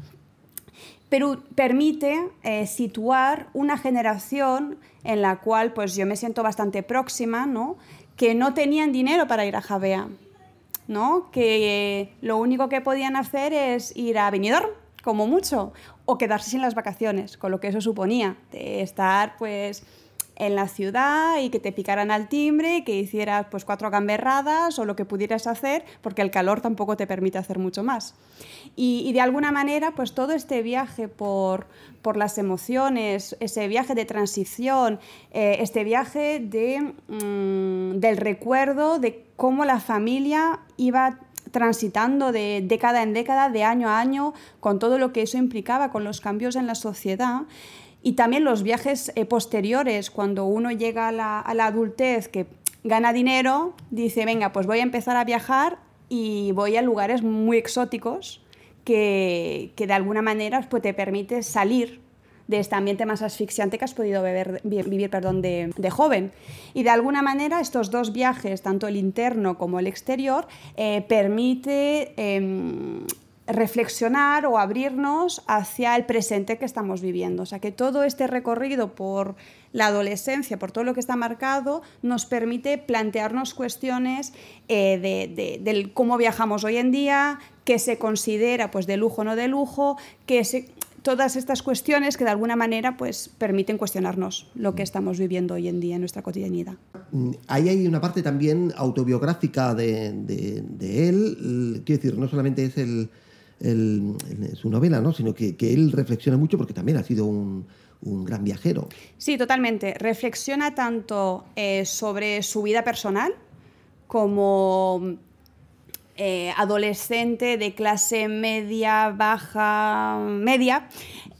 [SPEAKER 4] pero permite eh, situar una generación en la cual pues, yo me siento bastante próxima, ¿no? Que no tenían dinero para ir a Javea, ¿no? Que eh, lo único que podían hacer es ir a Benidorm, como mucho, o quedarse sin las vacaciones, con lo que eso suponía, de estar pues, en la ciudad y que te picaran al timbre y que hicieras pues, cuatro gamberradas o lo que pudieras hacer, porque el calor tampoco te permite hacer mucho más. Y, y de alguna manera, pues todo este viaje por, por las emociones, ese viaje de transición, eh, este viaje de, mmm, del recuerdo de cómo la familia iba transitando de década en década, de año a año, con todo lo que eso implicaba, con los cambios en la sociedad. Y también los viajes eh, posteriores, cuando uno llega a la, a la adultez, que gana dinero, dice, venga, pues voy a empezar a viajar y voy a lugares muy exóticos que, que de alguna manera pues, te permite salir de este ambiente más asfixiante que has podido beber, vivir perdón, de, de joven. Y de alguna manera estos dos viajes, tanto el interno como el exterior, eh, permite eh, reflexionar o abrirnos hacia el presente que estamos viviendo. O sea, que todo este recorrido por la adolescencia, por todo lo que está marcado, nos permite plantearnos cuestiones eh, de, de, de cómo viajamos hoy en día, qué se considera pues, de lujo o no de lujo, qué se... todas estas cuestiones que de alguna manera pues, permiten cuestionarnos lo que estamos viviendo hoy en día en nuestra cotidianidad.
[SPEAKER 2] Ahí hay una parte también autobiográfica de, de, de él, quiero decir, no solamente es el, el, el, su novela, ¿no? Sino que, que él reflexiona mucho porque también ha sido un, un gran viajero.
[SPEAKER 4] Sí, totalmente. Reflexiona tanto eh, sobre su vida personal como Eh, adolescente de clase media, baja, media,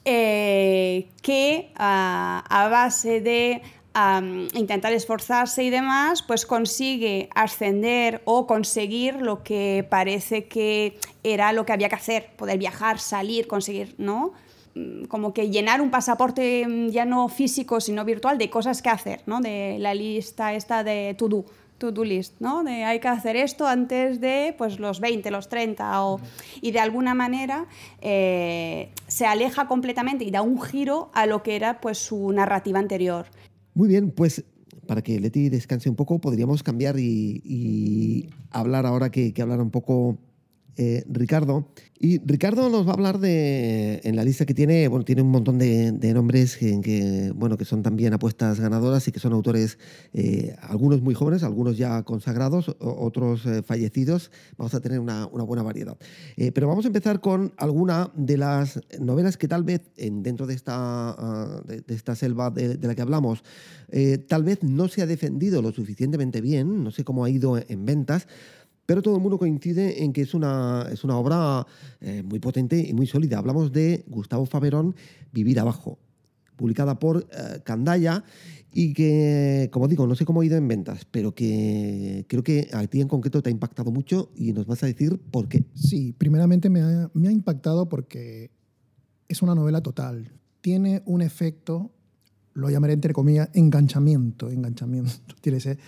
[SPEAKER 4] eh, que uh, a base de um, intentar esforzarse y demás, pues consigue ascender o conseguir lo que parece que era lo que había que hacer, poder viajar, salir, conseguir, ¿no? Como que llenar un pasaporte ya no físico, sino virtual, de cosas que hacer, ¿no? De la lista esta de to-do. to-do list, ¿no? De hay que hacer esto antes de pues, los veinte, los treinta, o, y de alguna manera eh, se aleja completamente y da un giro a lo que era pues, su narrativa anterior.
[SPEAKER 2] Muy bien, pues para que Leti descanse un poco, podríamos cambiar y, y hablar ahora que, que hablar un poco eh, Ricardo. Y Ricardo nos va a hablar de, en la lista que tiene, bueno, tiene un montón de, de nombres que, que, bueno, que son también apuestas ganadoras y que son autores, eh, algunos muy jóvenes, algunos ya consagrados, otros eh, fallecidos. Vamos a tener una, una buena variedad. Eh, pero vamos a empezar con alguna de las novelas que tal vez en, dentro de esta, uh, de, de esta selva de, de la que hablamos, eh, tal vez no se ha defendido lo suficientemente bien, no sé cómo ha ido en ventas, pero todo el mundo coincide en que es una, es una obra eh, muy potente y muy sólida. Hablamos de Gustavo Faberón, Vivir abajo. publicada por uh, Candaya, y que, como digo, no sé cómo ha ido en ventas, pero que creo que a ti en concreto te ha impactado mucho y nos vas a decir por qué.
[SPEAKER 3] Sí, primeramente me ha, me ha impactado porque es una novela total. Tiene un efecto, lo llamaré entre comillas, enganchamiento. enganchamiento. Tiene, ese,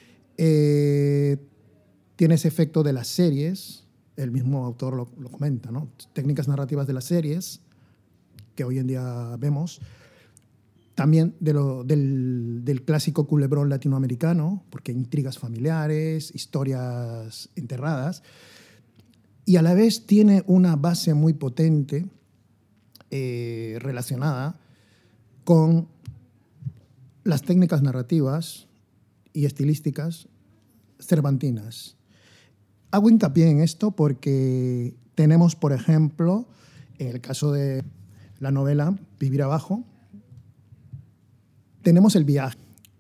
[SPEAKER 3] eh, tiene ese efecto de las series, el mismo autor lo, lo comenta, ¿no? Técnicas narrativas de las series que hoy en día vemos. También de lo, del, del clásico culebrón latinoamericano, porque intrigas familiares, historias enterradas, y a la vez tiene una base muy potente eh, relacionada con las técnicas narrativas y estilísticas cervantinas. Hago hincapié en esto porque tenemos, por ejemplo, en el caso de la novela Vivir abajo, tenemos el viaje,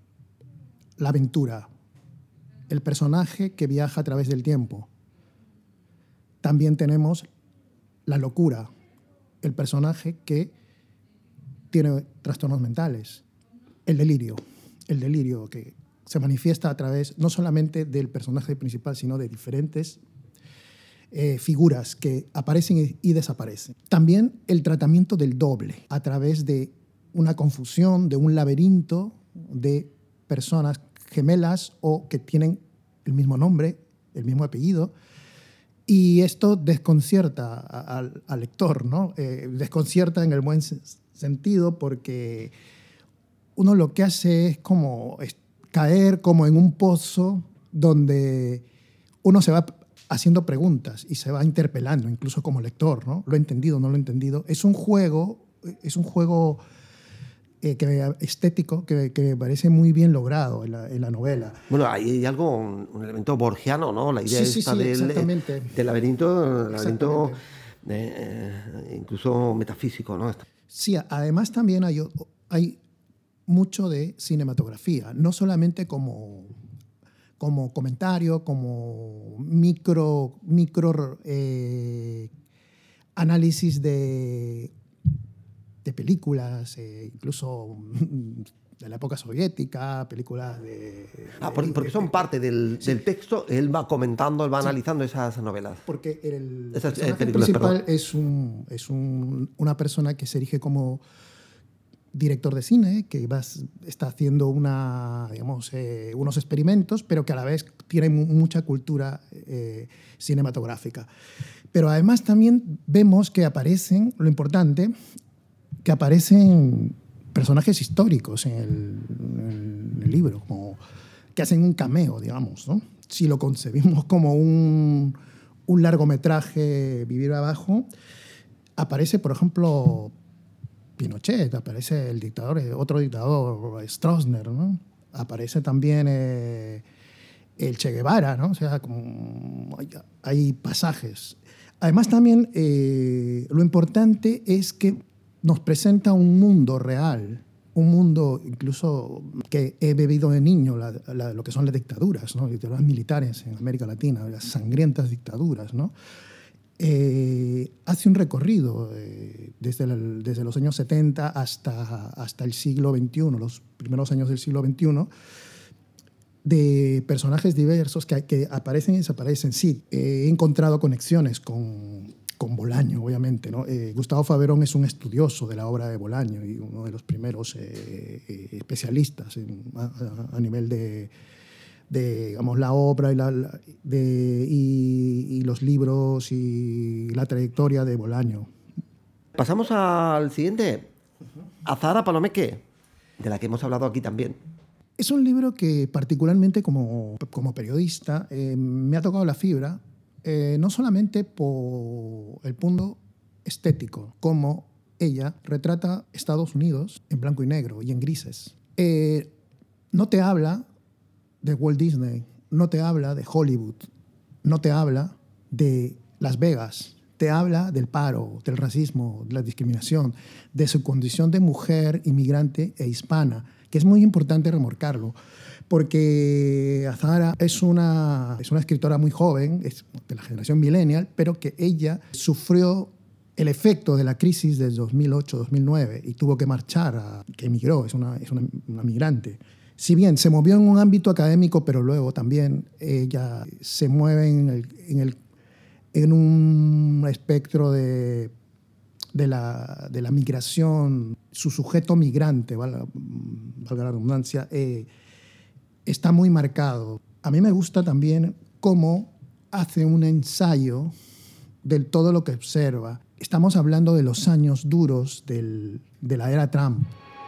[SPEAKER 3] la aventura, el personaje que viaja a través del tiempo. También tenemos la locura, el personaje que tiene trastornos mentales, el delirio, el delirio que se manifiesta a través no solamente del personaje principal, sino de diferentes eh, figuras que aparecen y desaparecen. También el tratamiento del doble a través de una confusión, de un laberinto de personas gemelas o que tienen el mismo nombre, el mismo apellido, y esto desconcierta al, al lector, ¿no? Eh, desconcierta en el buen sentido porque uno lo que hace es como es caer como en un pozo donde uno se va haciendo preguntas y se va interpelando, incluso como lector, ¿no? ¿Lo he entendido, no lo he entendido? Es un juego, es un juego Eh, que, estético que, que me parece muy bien logrado en la, en la novela.
[SPEAKER 2] Bueno, hay algo, un, un elemento borgiano, ¿no? La idea
[SPEAKER 3] sí,
[SPEAKER 2] esta
[SPEAKER 3] sí, sí,
[SPEAKER 2] del,
[SPEAKER 3] exactamente.
[SPEAKER 2] del laberinto, laberinto eh, incluso metafísico, ¿no?
[SPEAKER 3] Sí, además también hay, hay mucho de cinematografía, no solamente como, como comentario, como micro, micro eh, análisis de de películas, eh, incluso de la época soviética, películas de...
[SPEAKER 2] Ah, porque, porque son parte del, sí. del texto, él va comentando, él va sí. analizando esas novelas.
[SPEAKER 3] Porque el
[SPEAKER 2] esas
[SPEAKER 3] personaje
[SPEAKER 2] películas,
[SPEAKER 3] principal es, un, es un, una persona que se erige como director de cine, que va, está haciendo una, digamos, eh, unos experimentos, pero que a la vez tiene mucha cultura eh, cinematográfica. Pero además también vemos que aparecen, lo importante, que aparecen personajes históricos en el, en el libro, como que hacen un cameo, digamos, ¿no? Si lo concebimos como un, un largometraje, Vivir abajo, aparece, por ejemplo, Pinochet, aparece el dictador, otro dictador, Stroessner, ¿no? Aparece también eh, el Che Guevara, ¿no? O sea, como hay, hay pasajes. Además, también eh, lo importante es que nos presenta un mundo real, un mundo incluso que he vivido de niño, la, la, lo que son las dictaduras, ¿no? Dictaduras militares en América Latina, las sangrientas dictaduras, ¿no? Eh, hace un recorrido eh, desde, el, desde los años setenta hasta, hasta el siglo veintiuno, los primeros años del siglo veintiuno, de personajes diversos que, que aparecen y desaparecen. Sí, eh, he encontrado conexiones con, con Bolaño, obviamente, ¿no? Eh, Gustavo Faverón es un estudioso de la obra de Bolaño y uno de los primeros eh, eh, especialistas en, a, a nivel de, de, digamos, la obra y, la, de, y, y los libros y la trayectoria de Bolaño.
[SPEAKER 2] Pasamos al siguiente, Azahara Palomeque, de la que hemos hablado aquí también.
[SPEAKER 3] Es un libro que particularmente como, como periodista eh, me ha tocado la fibra, eh, no solamente por el punto estético, como ella retrata Estados Unidos en blanco y negro y en grises. Eh, no te habla de Walt Disney, no te habla de Hollywood, no te habla de Las Vegas, te habla del paro, del racismo, de la discriminación, de su condición de mujer inmigrante e hispana, que es muy importante remarcarlo, porque Azahara es una, es una escritora muy joven, es de la generación millennial, pero que ella sufrió el efecto de la crisis del dos mil ocho dos mil nueve y tuvo que marchar, a, que emigró, es una, es una, una migrante. Si bien se movió en un ámbito académico, pero luego también ella se mueve en, el, en, el, en un espectro de, de, la, de la migración. Su sujeto migrante, valga, valga la redundancia, eh, está muy marcado. A mí me gusta también cómo hace un ensayo de todo lo que observa. Estamos hablando de los años duros del, de la era Trump.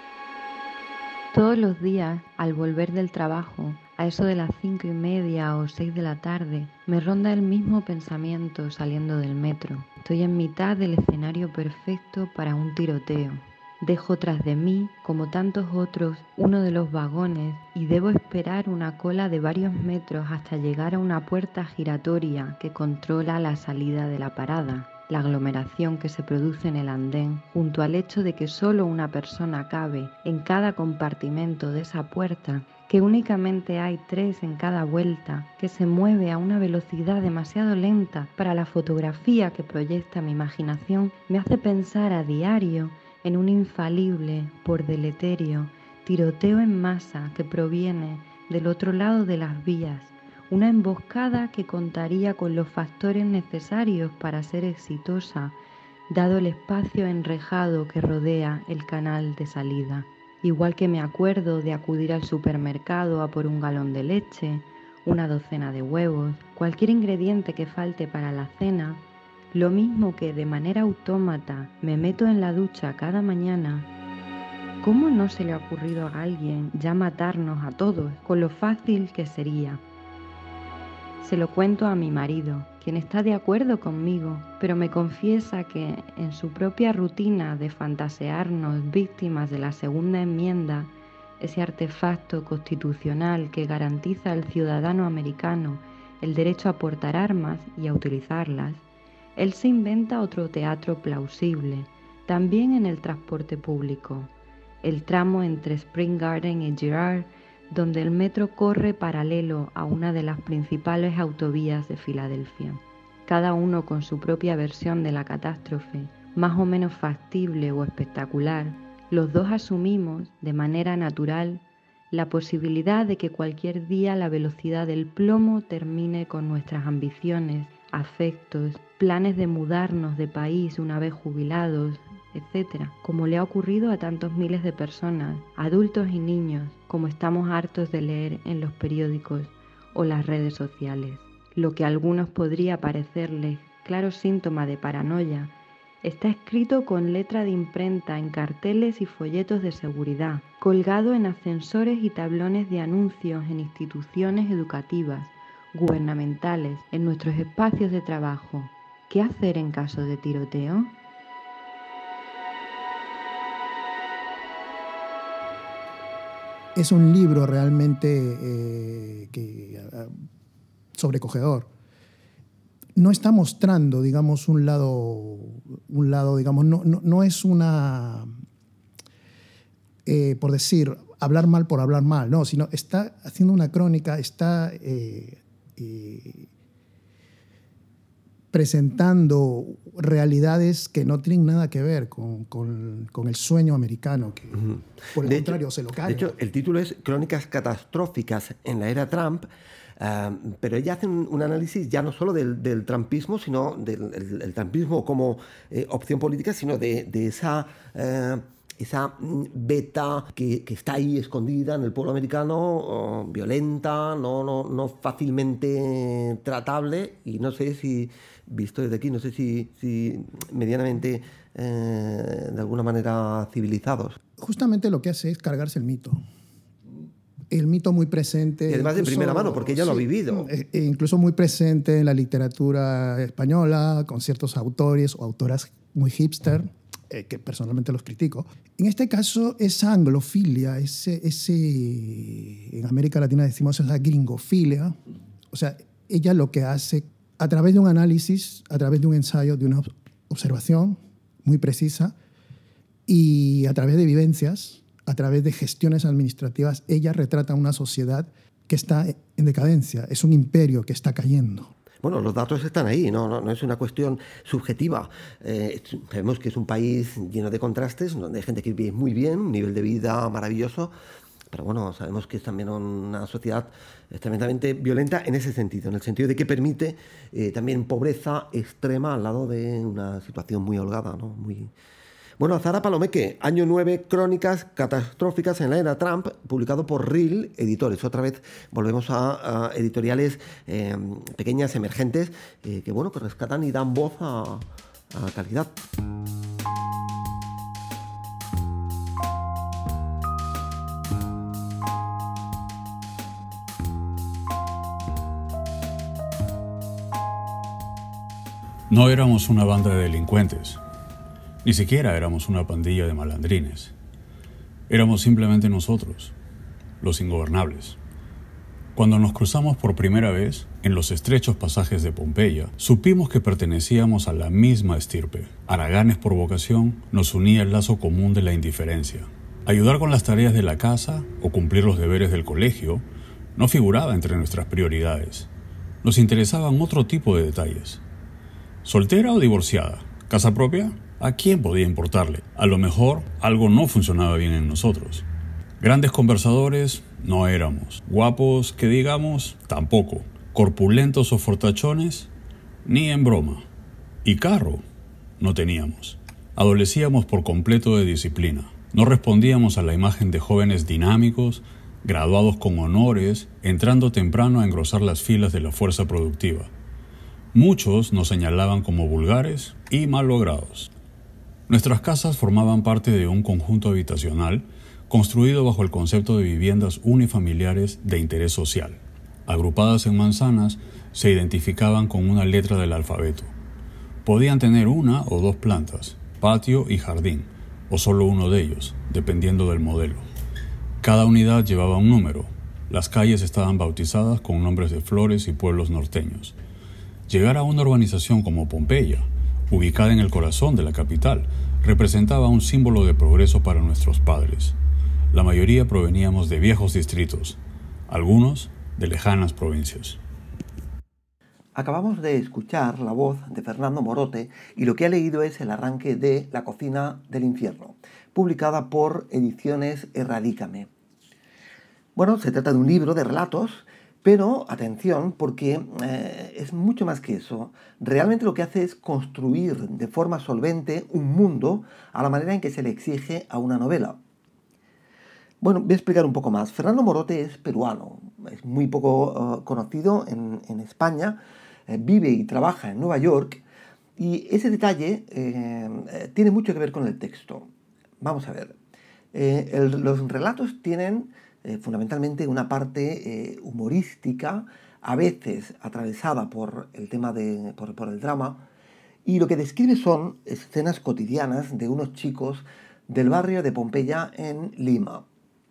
[SPEAKER 6] Todos los días, al volver del trabajo, a eso de las cinco y media o seis de la tarde, me ronda el mismo pensamiento saliendo del metro. Estoy en mitad del escenario perfecto para un tiroteo. Dejo tras de mí, como tantos otros, uno de los vagones y debo esperar una cola de varios metros hasta llegar a una puerta giratoria que controla la salida de la parada. La aglomeración que se produce en el andén, junto al hecho de que solo una persona cabe en cada compartimento de esa puerta, que únicamente hay tres en cada vuelta, que se mueve a una velocidad demasiado lenta para la fotografía que proyecta mi imaginación, me hace pensar a diario en un infalible, por deleterio, tiroteo en masa que proviene del otro lado de las vías. Una emboscada que contaría con los factores necesarios para ser exitosa, dado el espacio enrejado que rodea el canal de salida. Igual que me acuerdo de acudir al supermercado a por un galón de leche, una docena de huevos, cualquier ingrediente que falte para la cena, lo mismo que de manera autómata me meto en la ducha cada mañana. ¿Cómo no se le ha ocurrido a alguien ya matarnos a todos con lo fácil que sería? Se lo cuento a mi marido, quien está de acuerdo conmigo, pero me confiesa que en su propia rutina de fantasearnos víctimas de la segunda enmienda, ese artefacto constitucional que garantiza al ciudadano americano el derecho a portar armas y a utilizarlas, él se inventa otro teatro plausible, también en el transporte público, el tramo entre Spring Garden y Girard, donde el metro corre paralelo a una de las principales autovías de Filadelfia. Cada uno con su propia versión de la catástrofe, más o menos factible o espectacular, los dos asumimos, de manera natural, la posibilidad de que cualquier día la velocidad del plomo termine con nuestras ambiciones, afectos, planes de mudarnos de país una vez jubilados, etcétera, como le ha ocurrido a tantos miles de personas, adultos y niños, como estamos hartos de leer en los periódicos o las redes sociales. Lo que a algunos podría parecerles claro síntoma de paranoia, está escrito con letra de imprenta en carteles y folletos de seguridad, colgado en ascensores y tablones de anuncios en instituciones educativas, gubernamentales, en nuestros espacios de trabajo. ¿Qué hacer en caso de tiroteo?
[SPEAKER 3] Es un libro realmente eh, que, uh, sobrecogedor. No está mostrando, digamos, un lado, un lado digamos, no, no, no es una, eh, por decir, hablar mal por hablar mal, no, sino está haciendo una crónica, está eh, eh, presentando realidades que no tienen nada que ver con, con, con el sueño americano, que uh-huh. por el
[SPEAKER 2] de
[SPEAKER 3] contrario
[SPEAKER 2] hecho,
[SPEAKER 3] se lo carga.
[SPEAKER 2] De hecho, el título es Crónicas catastróficas en la era Trump, uh, pero ella hace un, un análisis ya no solo del, del trumpismo, sino del el, el trumpismo como eh, opción política, sino de, de esa... Uh, esa beta que, que está ahí escondida en el pueblo americano, oh, violenta, no, no, no fácilmente tratable, y no sé si, visto desde aquí, no sé si, si medianamente, eh, de alguna manera, civilizados.
[SPEAKER 3] Justamente lo que hace es cargarse el mito. El mito muy presente.
[SPEAKER 2] Y además incluso, de primera mano, porque ella sí, lo ha vivido.
[SPEAKER 3] E incluso muy presente en la literatura española, con ciertos autores o autoras muy hipster, eh, que personalmente los critico. En este caso, esa anglofilia, ese, ese, en América Latina decimos esa gringofilia, o sea, ella lo que hace, a través de un análisis, a través de un ensayo, de una observación muy precisa, y a través de vivencias, a través de gestiones administrativas, ella retrata una sociedad que está en decadencia, es un imperio que está cayendo.
[SPEAKER 2] Bueno, los datos están ahí, no, no, no es una cuestión subjetiva. Eh, sabemos que es un país lleno de contrastes, donde hay gente que vive muy bien, un nivel de vida maravilloso, pero bueno, sabemos que es también una sociedad tremendamente violenta en ese sentido, en el sentido de que permite eh, también pobreza extrema al lado de una situación muy holgada, ¿no? Muy... Bueno, Zahara Palomeque, año nueve, crónicas catastróficas en la era Trump, publicado por Reel Editores. Otra vez volvemos a, a editoriales eh, pequeñas, emergentes, eh, que bueno, que rescatan y dan voz a, a calidad.
[SPEAKER 7] No éramos una banda de delincuentes. Ni siquiera éramos una pandilla de malandrines. Éramos simplemente nosotros, los ingobernables. Cuando nos cruzamos por primera vez en los estrechos pasajes de Pompeya, supimos que pertenecíamos a la misma estirpe. Haraganes por vocación, nos unía el lazo común de la indiferencia. Ayudar con las tareas de la casa o cumplir los deberes del colegio no figuraba entre nuestras prioridades. Nos interesaban otro tipo de detalles. ¿Soltera o divorciada? ¿Casa propia? ¿A quién podía importarle? A lo mejor algo no funcionaba bien en nosotros. Grandes conversadores no éramos. Guapos, que digamos, tampoco. Corpulentos o fortachones, ni en broma. Y carro no teníamos. Adolecíamos por completo de disciplina. No respondíamos a la imagen de jóvenes dinámicos, graduados con honores, entrando temprano a engrosar las filas de la fuerza productiva. Muchos nos señalaban como vulgares y mal logrados. Nuestras casas formaban parte de un conjunto habitacional construido bajo el concepto de viviendas unifamiliares de interés social. Agrupadas en manzanas, se identificaban con una letra del alfabeto. Podían tener una o dos plantas, patio y jardín, o solo uno de ellos, dependiendo del modelo. Cada unidad llevaba un número. Las calles estaban bautizadas con nombres de flores y pueblos norteños. Llegar a una urbanización como Pompeya, ubicada en el corazón de la capital, representaba un símbolo de progreso para nuestros padres. La mayoría proveníamos de viejos distritos, algunos de lejanas provincias.
[SPEAKER 2] Acabamos de escuchar la voz de Fernando Morote y lo que ha leído es el arranque de La cocina del infierno, publicada por Ediciones Erradícame. Bueno, se trata de un libro de relatos, pero atención, porque eh, es mucho más que eso. Realmente lo que hace es construir de forma solvente un mundo a la manera en que se le exige a una novela. Bueno, voy a explicar un poco más. Fernando Morote es peruano, es muy poco uh, conocido en, en España, eh, vive y trabaja en Nueva York, y ese detalle eh, tiene mucho que ver con el texto. Vamos a ver. Eh, el, los relatos tienen Eh, fundamentalmente una parte eh, humorística, a veces atravesada por el tema de, por, por el drama, y lo que describe son escenas cotidianas de unos chicos del barrio de Pompeya en Lima.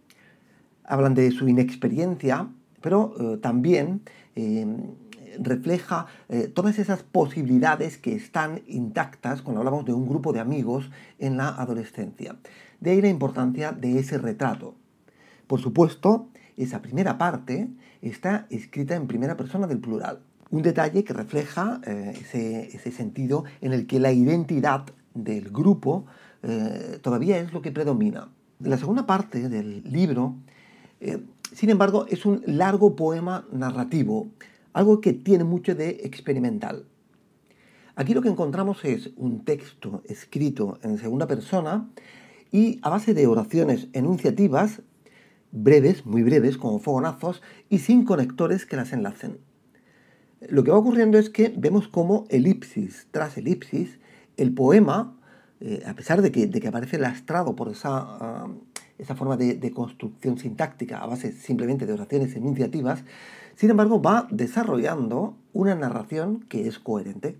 [SPEAKER 2] Hablan de su inexperiencia, pero eh, también eh, refleja eh, todas esas posibilidades que están intactas cuando hablamos de un grupo de amigos en la adolescencia. De ahí la importancia de ese retrato. Por supuesto, esa primera parte está escrita en primera persona del plural. Un detalle que refleja eh, ese, ese sentido en el que la identidad del grupo eh, todavía es lo que predomina. La segunda parte del libro, eh, sin embargo, es un largo poema narrativo, algo que tiene mucho de experimental. Aquí lo que encontramos es un texto escrito en segunda persona y a base de oraciones enunciativas breves, muy breves, como fogonazos, y sin conectores que las enlacen. Lo que va ocurriendo es que vemos cómo elipsis tras elipsis, el poema, eh, a pesar de que, de que aparece lastrado por esa, uh, esa forma de, de construcción sintáctica a base simplemente de oraciones enunciativas, sin embargo va desarrollando una narración que es coherente.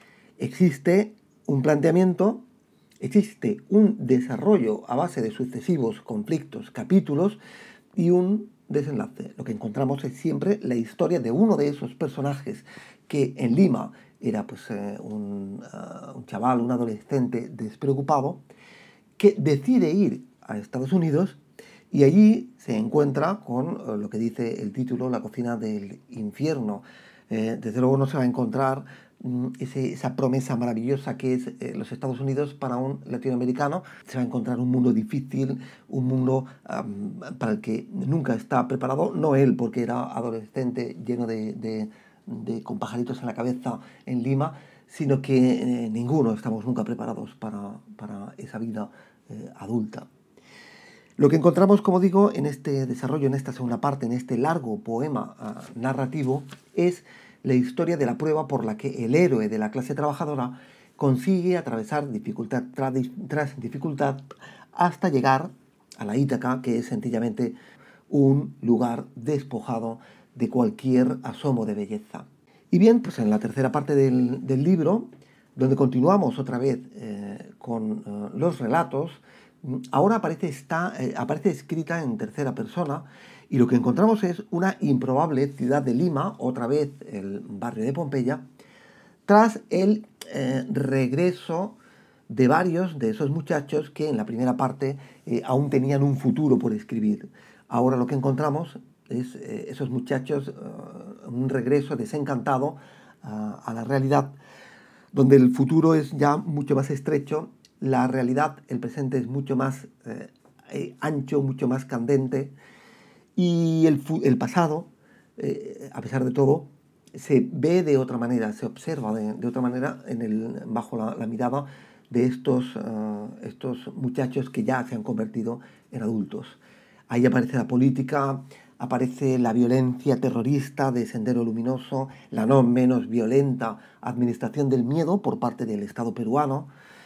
[SPEAKER 2] Existe un planteamiento, existe un desarrollo a base de sucesivos conflictos, capítulos y un desenlace. Lo que encontramos es siempre la historia de uno de esos personajes que en Lima era pues, eh, un, uh, un chaval, un adolescente despreocupado, que decide ir a Estados Unidos y allí se encuentra con uh, lo que dice el título, La cocina del infierno. Eh, desde luego no se va a encontrar mm, ese, esa promesa maravillosa que es eh, los Estados Unidos para un latinoamericano. Se va a encontrar un mundo difícil, un mundo um, para el que nunca está preparado, no él, porque era adolescente lleno de, de, de con pajaritos en la cabeza en Lima, sino que eh, ninguno estamos nunca preparados para, para esa vida eh, adulta. Lo que encontramos, como digo, en este desarrollo, en esta segunda parte, en este largo poema uh, narrativo, es la historia de la prueba por la que el héroe de la clase trabajadora consigue atravesar dificultad tras, tras dificultad hasta llegar a la Ítaca, que es sencillamente un lugar despojado de cualquier asomo de belleza. Y bien, pues en la tercera parte del, del libro, donde continuamos otra vez eh, con uh, los relatos, ahora aparece, está, eh, aparece escrita en tercera persona y lo que encontramos es una improbable ciudad de Lima, otra vez el barrio de Pompeya, tras el eh, regreso de varios de esos muchachos que en la primera parte eh, aún tenían un futuro por escribir. Ahora lo que encontramos es eh, esos muchachos, uh, un regreso desencantado uh, a la realidad, donde el futuro es ya mucho más estrecho. La realidad, el presente es mucho más eh, eh, ancho, mucho más candente y el, el pasado, eh, a pesar de todo, se ve de otra manera, se observa de, de otra manera en el, bajo la, la mirada de estos, uh, estos muchachos que ya se han convertido en adultos. Ahí aparece la política, aparece la violencia terrorista de Sendero Luminoso, la no menos violenta administración del miedo por parte del Estado peruano.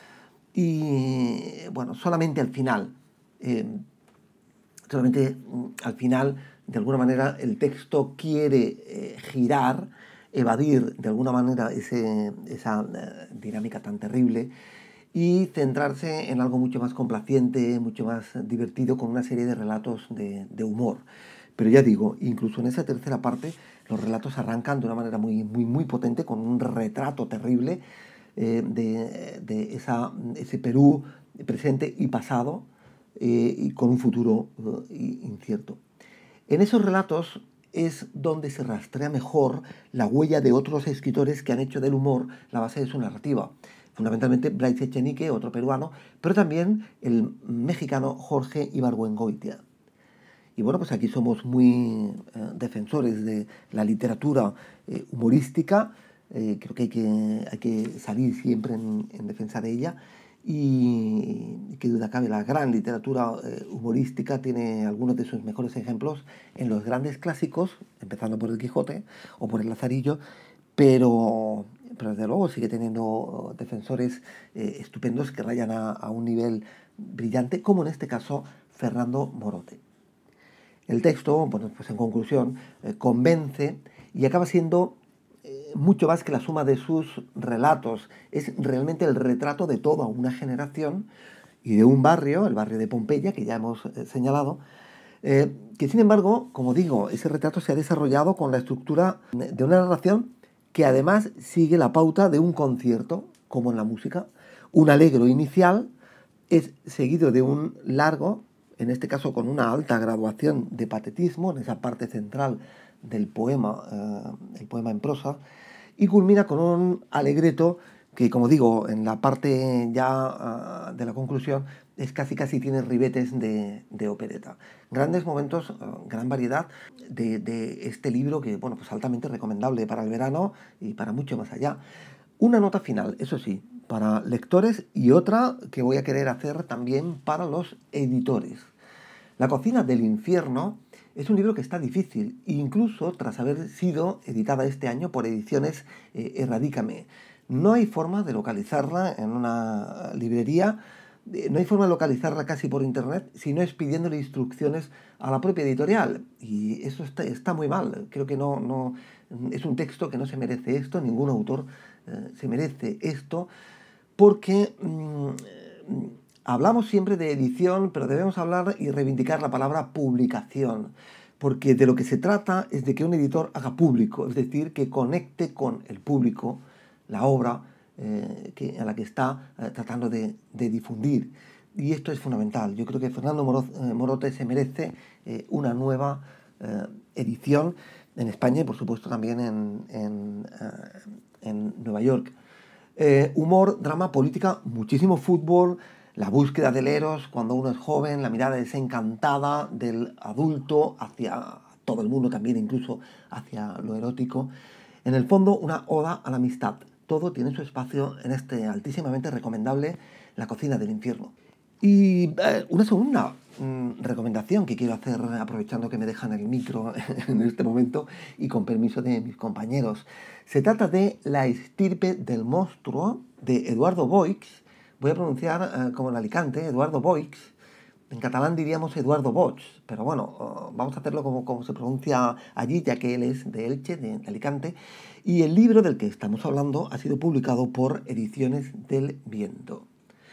[SPEAKER 2] Y bueno, solamente al final, eh, solamente al final, de alguna manera, el texto quiere eh, girar, evadir de alguna manera ese, esa eh, dinámica tan terrible y centrarse en algo mucho más complaciente, mucho más divertido, con una serie de relatos de, de humor. Pero ya digo, incluso en esa tercera parte, los relatos arrancan de una manera muy, muy, muy potente, con un retrato terrible Eh, de, de esa, ese Perú presente y pasado eh, y con un futuro uh, incierto. En esos relatos es donde se rastrea mejor la huella de otros escritores que han hecho del humor la base de su narrativa. Fundamentalmente Bryce Echenique, otro peruano, pero también el mexicano Jorge Ibargüengoitia. Y bueno, pues aquí somos muy eh, defensores de la literatura eh, humorística. Eh, creo que hay, que hay que salir siempre en, en defensa de ella y, y que duda cabe, la gran literatura eh, humorística tiene algunos de sus mejores ejemplos en los grandes clásicos, empezando por el Quijote o por el Lazarillo, pero, pero desde luego sigue teniendo defensores eh, estupendos que rayan a, a un nivel brillante, como en este caso Fernando Morote. El texto, bueno, pues en conclusión, eh, convence y acaba siendo mucho más que la suma de sus relatos. Es realmente el retrato de toda una generación y de un barrio, el barrio de Pompeya, que ya hemos eh, señalado, eh, que sin embargo, como digo, ese retrato se ha desarrollado con la estructura de una narración que además sigue la pauta de un concierto, como en la música. Un allegro inicial es seguido de un largo, en este caso con una alta graduación de patetismo, en esa parte central del poema, eh, el poema en prosa, y culmina con un alegreto que, como digo, en la parte ya uh, de la conclusión, es casi casi tiene ribetes de, de opereta. Grandes momentos, uh, gran variedad de, de este libro que, bueno, pues altamente recomendable para el verano y para mucho más allá. Una nota final, eso sí, para lectores y otra que voy a querer hacer también para los editores. La cocina del infierno es un libro que está difícil, incluso tras haber sido editada este año por Ediciones eh, Erradícame. No hay forma de localizarla en una librería, eh, no hay forma de localizarla casi por internet, si no es pidiéndole instrucciones a la propia editorial. Y eso está, está muy mal. Creo que no, no, es un texto que no se merece esto, ningún autor eh, se merece esto, porque mmm, hablamos siempre de edición, pero debemos hablar y reivindicar la palabra publicación, porque de lo que se trata es de que un editor haga público, es decir, que conecte con el público la obra eh, que, a la que está eh, tratando de, de difundir. Y esto es fundamental. Yo creo que Fernando Morote se merece eh, una nueva eh, edición en España y por supuesto también en, en, uh, en Nueva York. Eh, humor, drama, política, muchísimo fútbol, la búsqueda del eros cuando uno es joven, la mirada desencantada del adulto hacia todo el mundo, también incluso hacia lo erótico. En el fondo, una oda a la amistad. Todo tiene su espacio en este altísimamente recomendable La cocina del infierno. Y eh, una segunda mmm, recomendación que quiero hacer, aprovechando que me dejan el micro en este momento y con permiso de mis compañeros. Se trata de La estirpe del monstruo, de Eduardo Boix. Voy a pronunciar eh, como en Alicante, Eduardo Boix. En catalán diríamos Eduardo Boix, pero bueno, uh, vamos a hacerlo como, como se pronuncia allí, ya que él es de Elche, de, de Alicante. Y el libro del que estamos hablando ha sido publicado por Ediciones del Viento.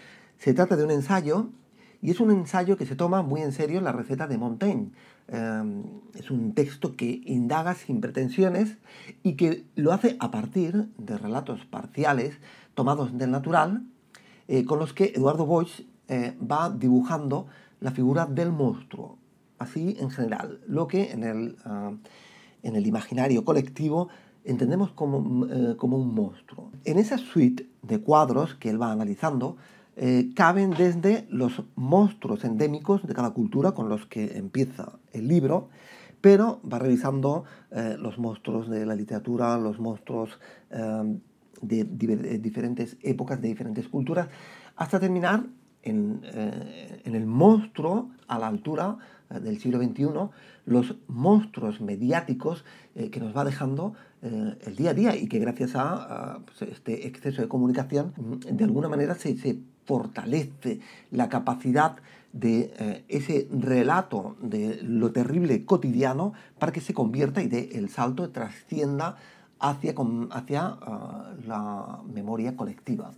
[SPEAKER 2] Se trata de un ensayo, y es un ensayo que se toma muy en serio la receta de Montaigne. Eh, es un texto que indaga sin pretensiones y que lo hace a partir de relatos parciales tomados del natural, eh, con los que Eduardo Boix eh, va dibujando la figura del monstruo, así en general, lo que en el, uh, en el imaginario colectivo entendemos como, eh, como un monstruo. En esa suite de cuadros que él va analizando, Eh, caben desde los monstruos endémicos de cada cultura con los que empieza el libro, pero va revisando eh, los monstruos de la literatura, los monstruos eh, de, de diferentes épocas, de diferentes culturas, hasta terminar en, eh, en el monstruo a la altura eh, del siglo veintiuno, los monstruos mediáticos eh, que nos va dejando eh, el día a día y que gracias a, a pues, este exceso de comunicación de alguna manera se, se fortalece la capacidad de eh, ese relato de lo terrible cotidiano para que se convierta y dé el salto, trascienda hacia, hacia uh, la memoria colectiva.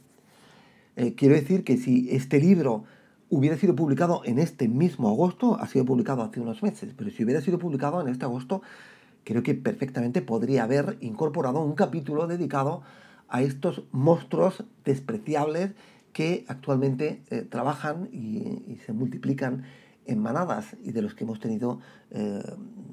[SPEAKER 2] Eh, quiero decir que si este libro hubiera sido publicado en este mismo agosto, ha sido publicado hace unos meses, pero si hubiera sido publicado en este agosto, creo que perfectamente podría haber incorporado un capítulo dedicado a estos monstruos despreciables que actualmente eh, trabajan y, y se multiplican en manadas y de los que hemos tenido eh,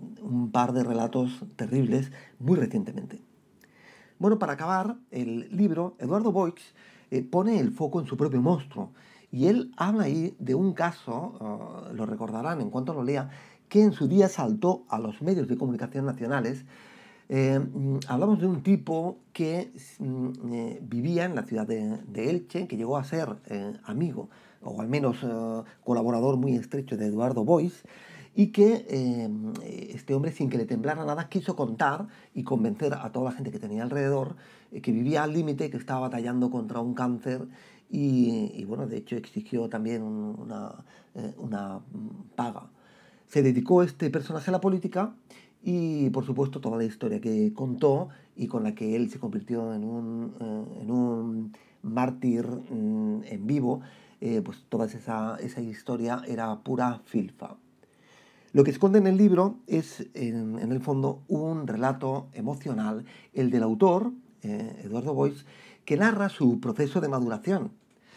[SPEAKER 2] un par de relatos terribles muy recientemente. Bueno, para acabar el libro, Eduardo Boix eh, pone el foco en su propio monstruo y él habla ahí de un caso, uh, lo recordarán en cuanto lo lea, que en su día saltó a los medios de comunicación nacionales. Eh, hablamos de un tipo que eh, vivía en la ciudad de, de Elche, que llegó a ser eh, amigo, o al menos eh, colaborador muy estrecho de Eduardo Boix, y que eh, este hombre, sin que le temblara nada, quiso contar y convencer a toda la gente que tenía alrededor, eh, que vivía al límite, que estaba batallando contra un cáncer, y, y bueno, de hecho exigió también un, una, eh, una paga. Se dedicó este personaje a la política, y por supuesto toda la historia que contó y con la que él se convirtió en un, eh, en un mártir mm, en vivo, eh, pues toda esa, esa historia era pura filfa. Lo que esconde en el libro es, en, en el fondo, un relato emocional, el del autor, eh, Eduardo Boix, que narra su proceso de maduración.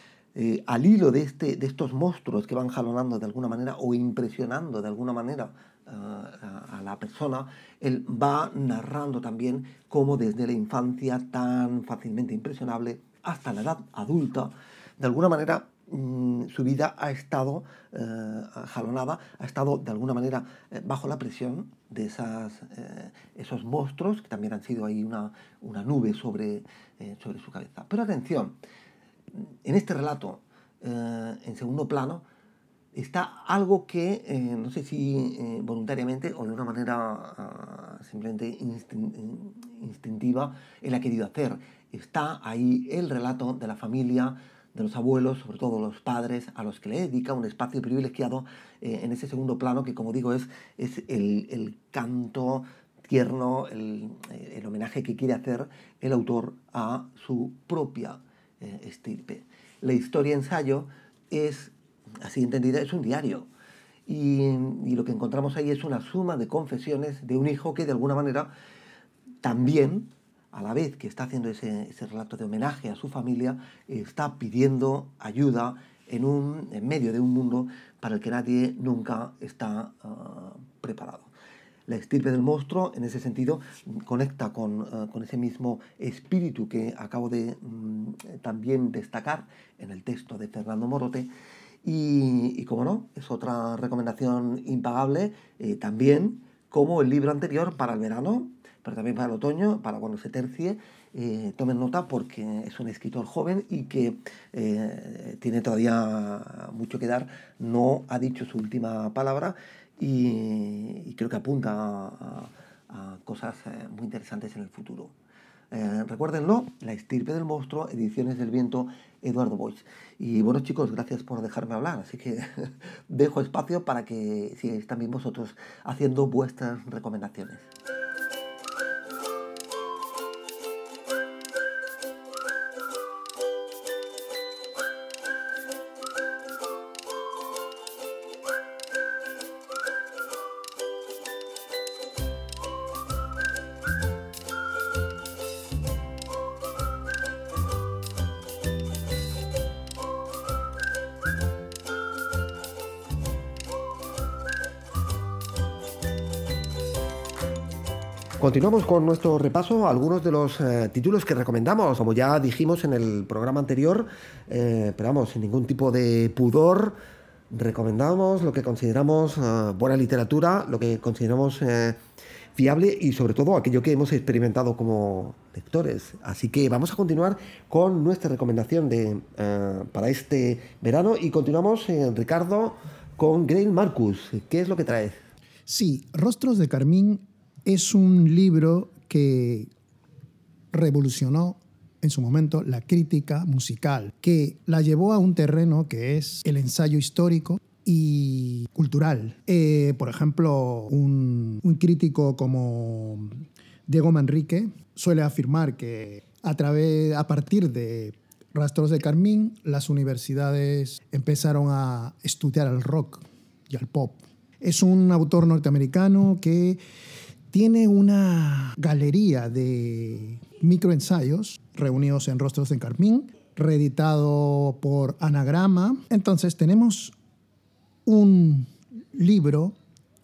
[SPEAKER 2] Eh, al hilo de, este, de estos monstruos que van jalonando de alguna manera o impresionando de alguna manera uh, a, a la persona, él va narrando también cómo desde la infancia tan fácilmente impresionable hasta la edad adulta, de alguna manera mmm, su vida ha estado uh, jalonada, ha estado de alguna manera eh, bajo la presión de esas, eh, esos monstruos que también han sido ahí una, una nube sobre, eh, sobre su cabeza. Pero atención, en este relato, eh, en segundo plano, está algo que, eh, no sé si eh, voluntariamente o de una manera uh, simplemente instintiva, él ha querido hacer. Está ahí el relato de la familia, de los abuelos, sobre todo los padres, a los que le dedica un espacio privilegiado eh, en ese segundo plano, que como digo es, es el, el canto tierno, el, el homenaje que quiere hacer el autor a su propia estirpe. La historia ensayo es, así entendida, es un diario y, y lo que encontramos ahí es una suma de confesiones de un hijo que de alguna manera también, a la vez que está haciendo ese, ese relato de homenaje a su familia, está pidiendo ayuda en, un, en medio de un mundo para el que nadie nunca está uh, preparado. La estirpe del monstruo, en ese sentido, conecta con, uh, con ese mismo espíritu que acabo de um, también destacar en el texto de Fernando Morote. Y, y como no, es otra recomendación impagable, eh, también como el libro anterior para el verano, pero también para el otoño, para cuando se tercie. Eh, tomen nota porque es un escritor joven y que eh, tiene todavía mucho que dar, no ha dicho su última palabra y, y creo que apunta a, a, a cosas eh, muy interesantes en el futuro. Eh, recuérdenlo, La estirpe del monstruo, Ediciones del Viento, Eduardo Boix. Y bueno, chicos, gracias por dejarme hablar, así que dejo espacio para que sigáis también vosotros haciendo vuestras recomendaciones. Continuamos con nuestro repaso a algunos de los eh, títulos que recomendamos. Como ya dijimos en el programa anterior, eh, pero vamos, sin ningún tipo de pudor, recomendamos lo que consideramos eh, buena literatura, lo que consideramos eh, fiable y sobre todo aquello que hemos experimentado como lectores. Así que vamos a continuar con nuestra recomendación de, eh, para este verano y continuamos, eh, Ricardo, con Greil Marcus. ¿Qué es lo que traes?
[SPEAKER 3] Sí, Rostros de Carmín es un libro que revolucionó en su momento la crítica musical, que la llevó a un terreno que es el ensayo histórico y cultural. Eh, por ejemplo, un, un crítico como Diego Manrique suele afirmar que a, través, a partir de Rostros de Carmín, las universidades empezaron a estudiar al rock y al pop. Es un autor norteamericano que tiene una galería de microensayos reunidos en Rostros de Carmín, reeditado por Anagrama. Entonces tenemos un libro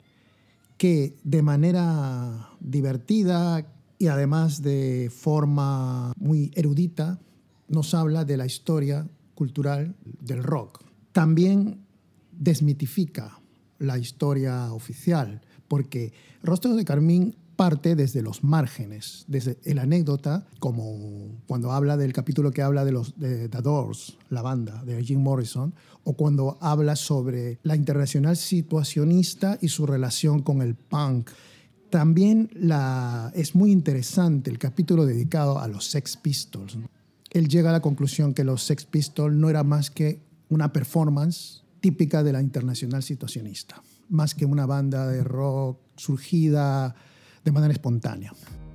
[SPEAKER 3] que de manera divertida y además de forma muy erudita nos habla de la historia cultural del rock. También desmitifica la historia oficial, porque Rostros de Carmín parte desde los márgenes, desde la anécdota, como cuando habla del capítulo que habla de los de The Doors, la banda de Jim Morrison, o cuando habla sobre la Internacional situacionista y su relación con el punk. También la, es muy interesante el capítulo dedicado a los Sex Pistols. Él llega a la conclusión que los Sex Pistols no era más que una performance típica de la Internacional situacionista, más que una banda de rock surgida de manera espontánea.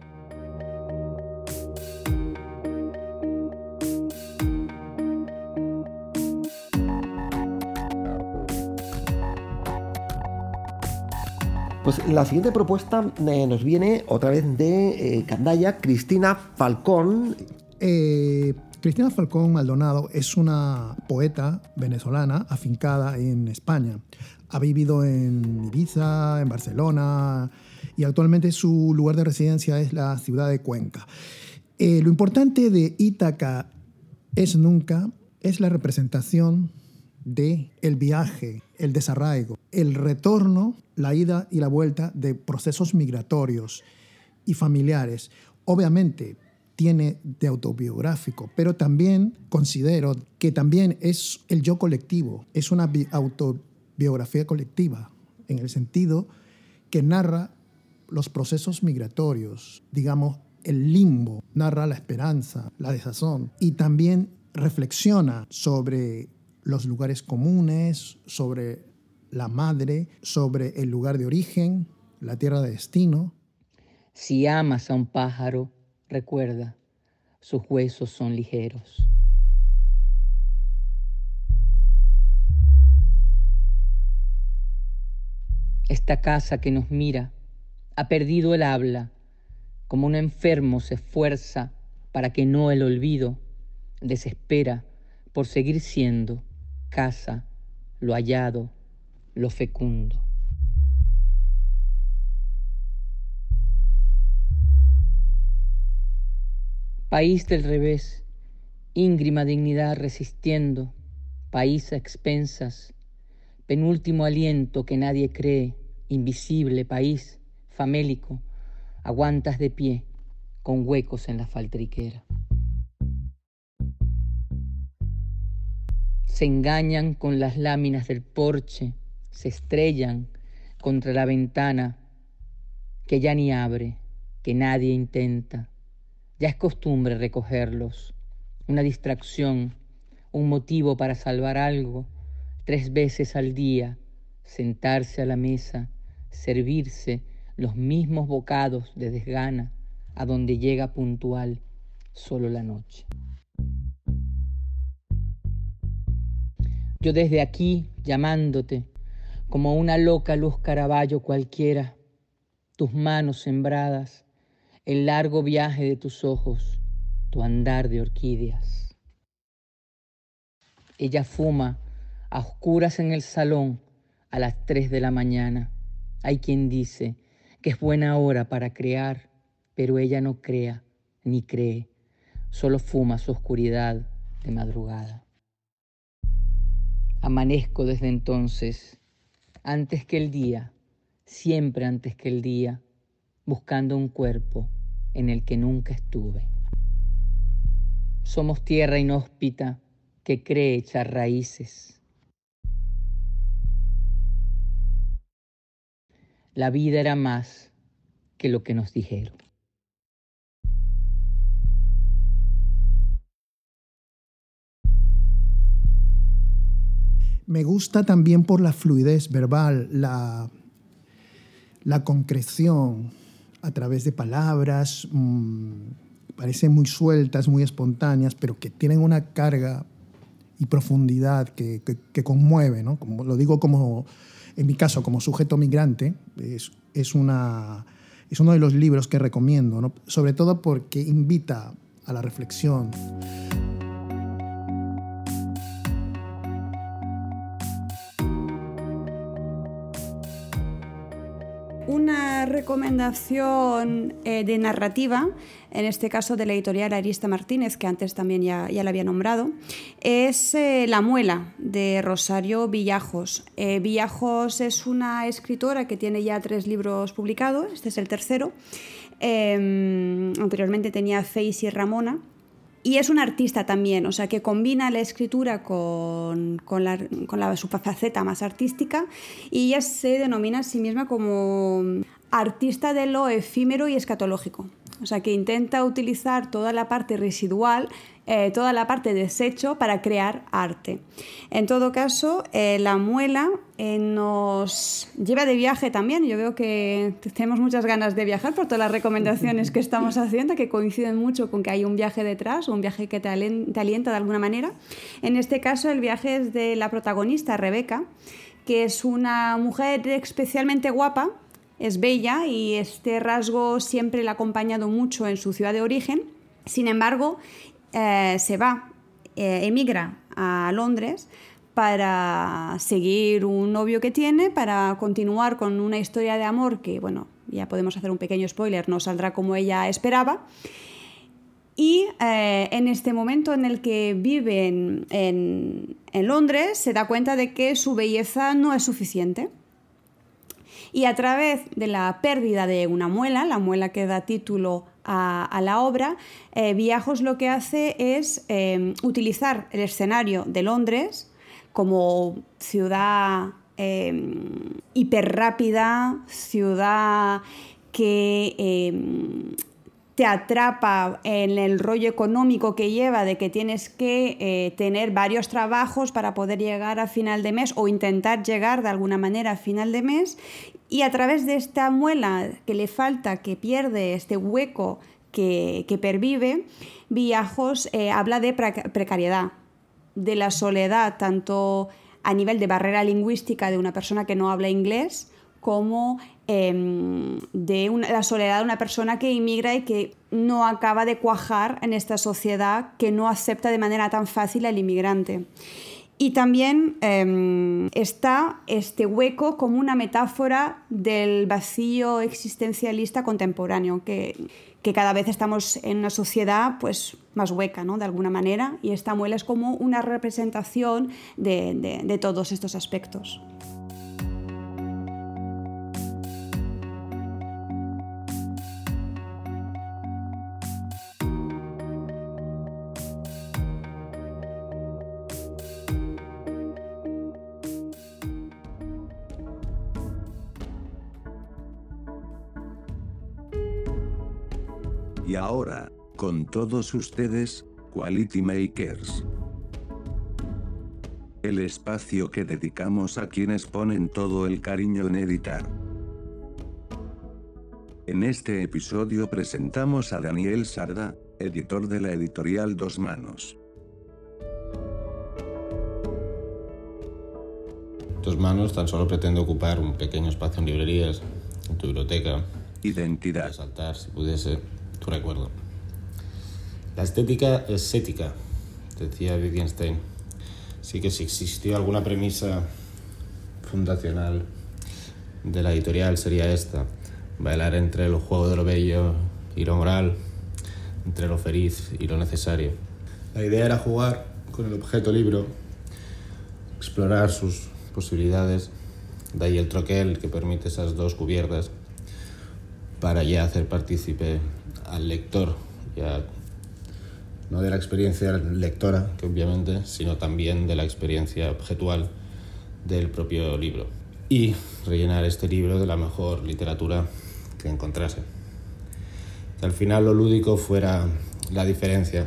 [SPEAKER 2] Pues la siguiente propuesta eh, nos viene otra vez de eh, Candaya, Cristina Falcón.
[SPEAKER 3] Eh, Cristina Falcón Maldonado es una poeta venezolana afincada en España. Ha vivido en Ibiza, en Barcelona y actualmente su lugar de residencia es la ciudad de Cuenca. Eh, lo importante de Ítaca es nunca es la representación de el viaje, el desarraigo, el retorno, la ida y la vuelta de procesos migratorios y familiares. Obviamente tiene de autobiográfico, pero también considero que también es el yo colectivo, es una bi- autobiografía colectiva, en el sentido que narra los procesos migratorios, digamos, el limbo, narra la esperanza, la desazón, y también reflexiona sobre los lugares comunes, sobre la madre, sobre el lugar de origen, la tierra de destino.
[SPEAKER 8] Si amas a un pájaro, recuerda, sus huesos son ligeros. Esta casa que nos mira ha perdido el habla, como un enfermo se esfuerza para que no el olvido, desespera por seguir siendo casa, lo hallado, lo fecundo. País del revés, íngrima dignidad resistiendo, país a expensas, penúltimo aliento que nadie cree, invisible país, famélico, aguantas de pie, con huecos en la faltriquera. Se engañan con las láminas del porche, se estrellan contra la ventana que ya ni abre, que nadie intenta. Ya es costumbre recogerlos, una distracción, un motivo para salvar algo, tres veces al día, sentarse a la mesa, servirse los mismos bocados de desgana a donde llega puntual solo la noche. Yo desde aquí, llamándote, como una loca luz Caravaggio cualquiera, tus manos sembradas, el largo viaje de tus ojos, tu andar de orquídeas. Ella fuma a oscuras en el salón a las tres de la mañana. Hay quien dice que es buena hora para crear, pero ella no crea ni cree, solo fuma su oscuridad de madrugada. Amanezco desde entonces, antes que el día, siempre antes que el día, buscando un cuerpo en el que nunca estuve. Somos tierra inhóspita que cree echar raíces. La vida era más que lo que nos dijeron.
[SPEAKER 3] Me gusta también por la fluidez verbal, la, la concreción a través de palabras, mmm, parecen muy sueltas, muy espontáneas, pero que tienen una carga y profundidad que, que, que conmueve, ¿no? Como, lo digo como, en mi caso, como sujeto migrante, es, es, una, es uno de los libros que recomiendo, ¿no? Sobre todo porque invita a la reflexión.
[SPEAKER 4] Una recomendación eh, de narrativa, en este caso de la editorial Arista Martínez, que antes también ya, ya la había nombrado, es eh, La muela, de Rosario Villajos. Eh, Villajos es una escritora que tiene ya tres libros publicados, este es el tercero. Eh, anteriormente tenía Face y Ramona. Y es una artista también, o sea, que combina la escritura con, con, la, con la, su faceta más artística, y ella se denomina a sí misma como artista de lo efímero y escatológico. O sea, que intenta utilizar toda la parte residual, eh, toda la parte desecho para crear arte. En todo caso, eh, La muela eh, nos lleva de viaje también. Yo veo que tenemos muchas ganas de viajar por todas las recomendaciones que estamos haciendo, que coinciden mucho con que hay un viaje detrás, un viaje que te alienta de alguna manera. En este caso, el viaje es de la protagonista, Rebeca, que es una mujer especialmente guapa. Es bella y este rasgo siempre la ha acompañado mucho en su ciudad de origen. Sin embargo, eh, se va, eh, emigra a Londres para seguir un novio que tiene, para continuar con una historia de amor que, bueno, ya podemos hacer un pequeño spoiler, no saldrá como ella esperaba. Y eh, en este momento en el que vive en, en, en Londres, se da cuenta de que su belleza no es suficiente. Y a través de la pérdida de una muela, la muela que da título a, a la obra, eh, Villajos lo que hace es eh, utilizar el escenario de Londres como ciudad eh, hiperrápida, ciudad que eh, te atrapa en el rollo económico que lleva, de que tienes que eh, tener varios trabajos para poder llegar a final de mes o intentar llegar de alguna manera a final de mes. Y a través de esta muela que le falta, que pierde este hueco que, que pervive, Villajos eh, habla de pre- precariedad, de la soledad, tanto a nivel de barrera lingüística de una persona que no habla inglés, como eh, de una, la soledad de una persona que inmigra y que no acaba de cuajar en esta sociedad que no acepta de manera tan fácil al inmigrante. Y también eh, está este hueco como una metáfora del vacío existencialista contemporáneo, que, que cada vez estamos en una sociedad pues, más hueca, ¿no? De alguna manera, y esta muela es como una representación de, de, de todos estos aspectos.
[SPEAKER 1] Y ahora, con todos ustedes, Quality Makers. El espacio que dedicamos a quienes ponen todo el cariño en editar. En este episodio presentamos a Daniel Sarda, editor de la editorial Dos Manos.
[SPEAKER 9] Dos Manos tan solo pretende ocupar un pequeño espacio en librerías, en tu biblioteca.
[SPEAKER 1] Identidad.
[SPEAKER 9] Resaltar, si pudiese, tu recuerdo. La estética es ética, decía Wittgenstein. Sí que si existió alguna premisa fundacional de la editorial sería esta: bailar entre el juego de lo bello y lo moral, entre lo feliz y lo necesario. La idea era jugar con el objeto libro, explorar sus posibilidades, de ahí el troquel que permite esas dos cubiertas para ya hacer partícipe al lector, ya no de la experiencia lectora, que obviamente, sino también de la experiencia objetual del propio libro. Y rellenar este libro de la mejor literatura que encontrase. Que al final lo lúdico fuera la diferencia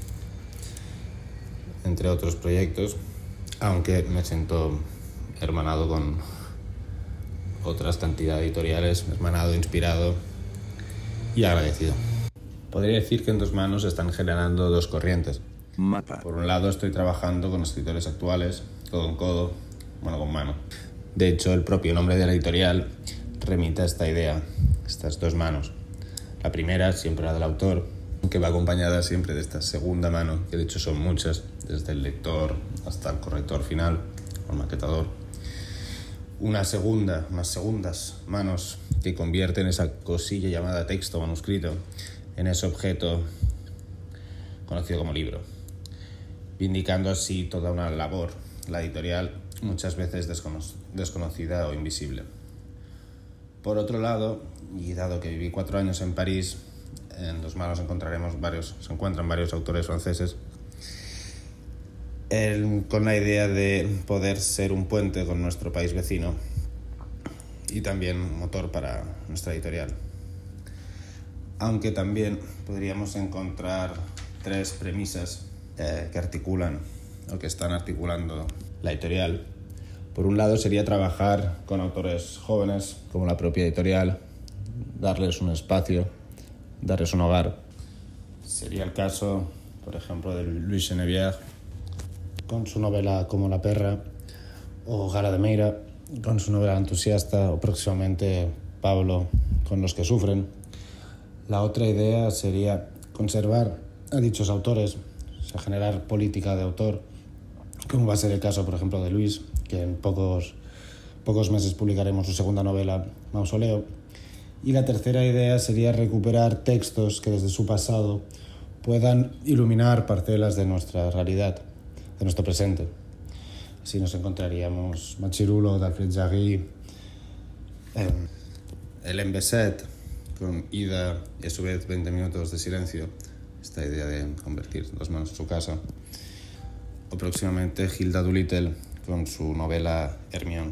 [SPEAKER 9] entre otros proyectos, aunque me siento hermanado con otras cantidades editoriales, hermanado, inspirado y agradecido. Podría decir que en Dos Manos están generando dos corrientes.
[SPEAKER 1] Mapa.
[SPEAKER 9] Por un lado estoy trabajando con escritores actuales, codo en codo, mano con mano. De hecho, el propio nombre de la editorial remite a esta idea, estas dos manos. La primera, siempre la del autor, que va acompañada siempre de esta segunda mano, que de hecho son muchas, desde el lector hasta el corrector final, o el maquetador. Una segunda, unas segundas manos que convierten esa cosilla llamada texto manuscrito en ese objeto conocido como libro, vindicando así toda una labor, la editorial, muchas veces descono- desconocida o invisible. Por otro lado, y dado que viví cuatro años en París, en Dos Manos encontraremos varios, se encuentran varios autores franceses, el, con la idea de poder ser un puente con nuestro país vecino y también motor para nuestra editorial. Aunque también podríamos encontrar tres premisas eh, que articulan o que están articulando la editorial. Por un lado sería trabajar con autores jóvenes como la propia editorial, darles un espacio, darles un hogar. Sería el caso, por ejemplo, de Louis Geneviève con su novela Como la perra, o Gara de Meira con su novela Entusiasta, o próximamente Pablo con Los que sufren. La otra idea sería conservar a dichos autores, o sea, generar política de autor, como va a ser el caso, por ejemplo, de Luis, que en pocos, pocos meses publicaremos su segunda novela, Mausoleo. Y la tercera idea sería recuperar textos que desde su pasado puedan iluminar parcelas de nuestra realidad, de nuestro presente. Así nos encontraríamos Machirulo de Alfred Jarry, eh, El Embesset con Ida y a su vez veinte minutos de silencio, esta idea de convertir Dos Manos en su casa, o próximamente Hilda Doolittle con su novela Hermione.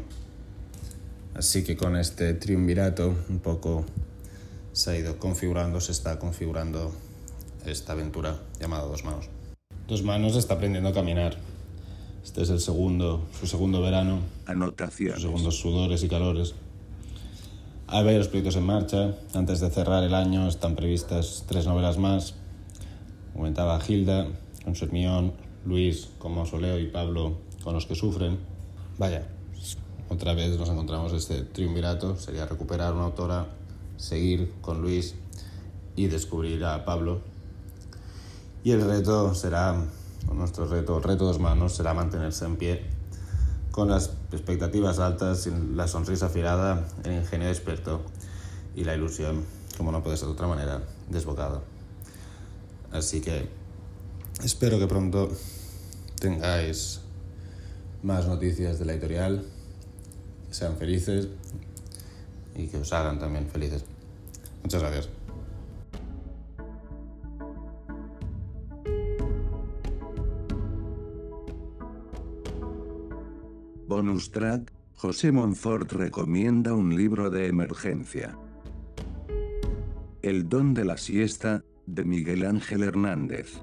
[SPEAKER 9] Así que con este triunvirato un poco se ha ido configurando, se está configurando esta aventura llamada Dos Manos. Dos Manos está aprendiendo a caminar. Este es el segundo, su segundo verano,
[SPEAKER 1] Anotaciones.
[SPEAKER 9] sus segundos sudores y calores. Hay varios proyectos en marcha. Antes de cerrar el año están previstas tres novelas más. Comentaba Hilda con su Hermione, Luis con Mausoleo y Pablo con Los que sufren. Vaya, otra vez nos encontramos este triunvirato. Sería recuperar una autora, seguir con Luis y descubrir a Pablo. Y el reto será nuestro reto, el reto de dos manos, será mantenerse en pie, con las expectativas altas, la sonrisa afilada, el ingenio despierto y la ilusión, como no puede ser de otra manera, desbocada. Así que espero que pronto tengáis más noticias de la editorial, que sean felices y que os hagan también felices. Muchas gracias.
[SPEAKER 1] Bonus track, José Monfort recomienda un libro de emergencia. El don de la siesta, de Miguel Ángel Hernández.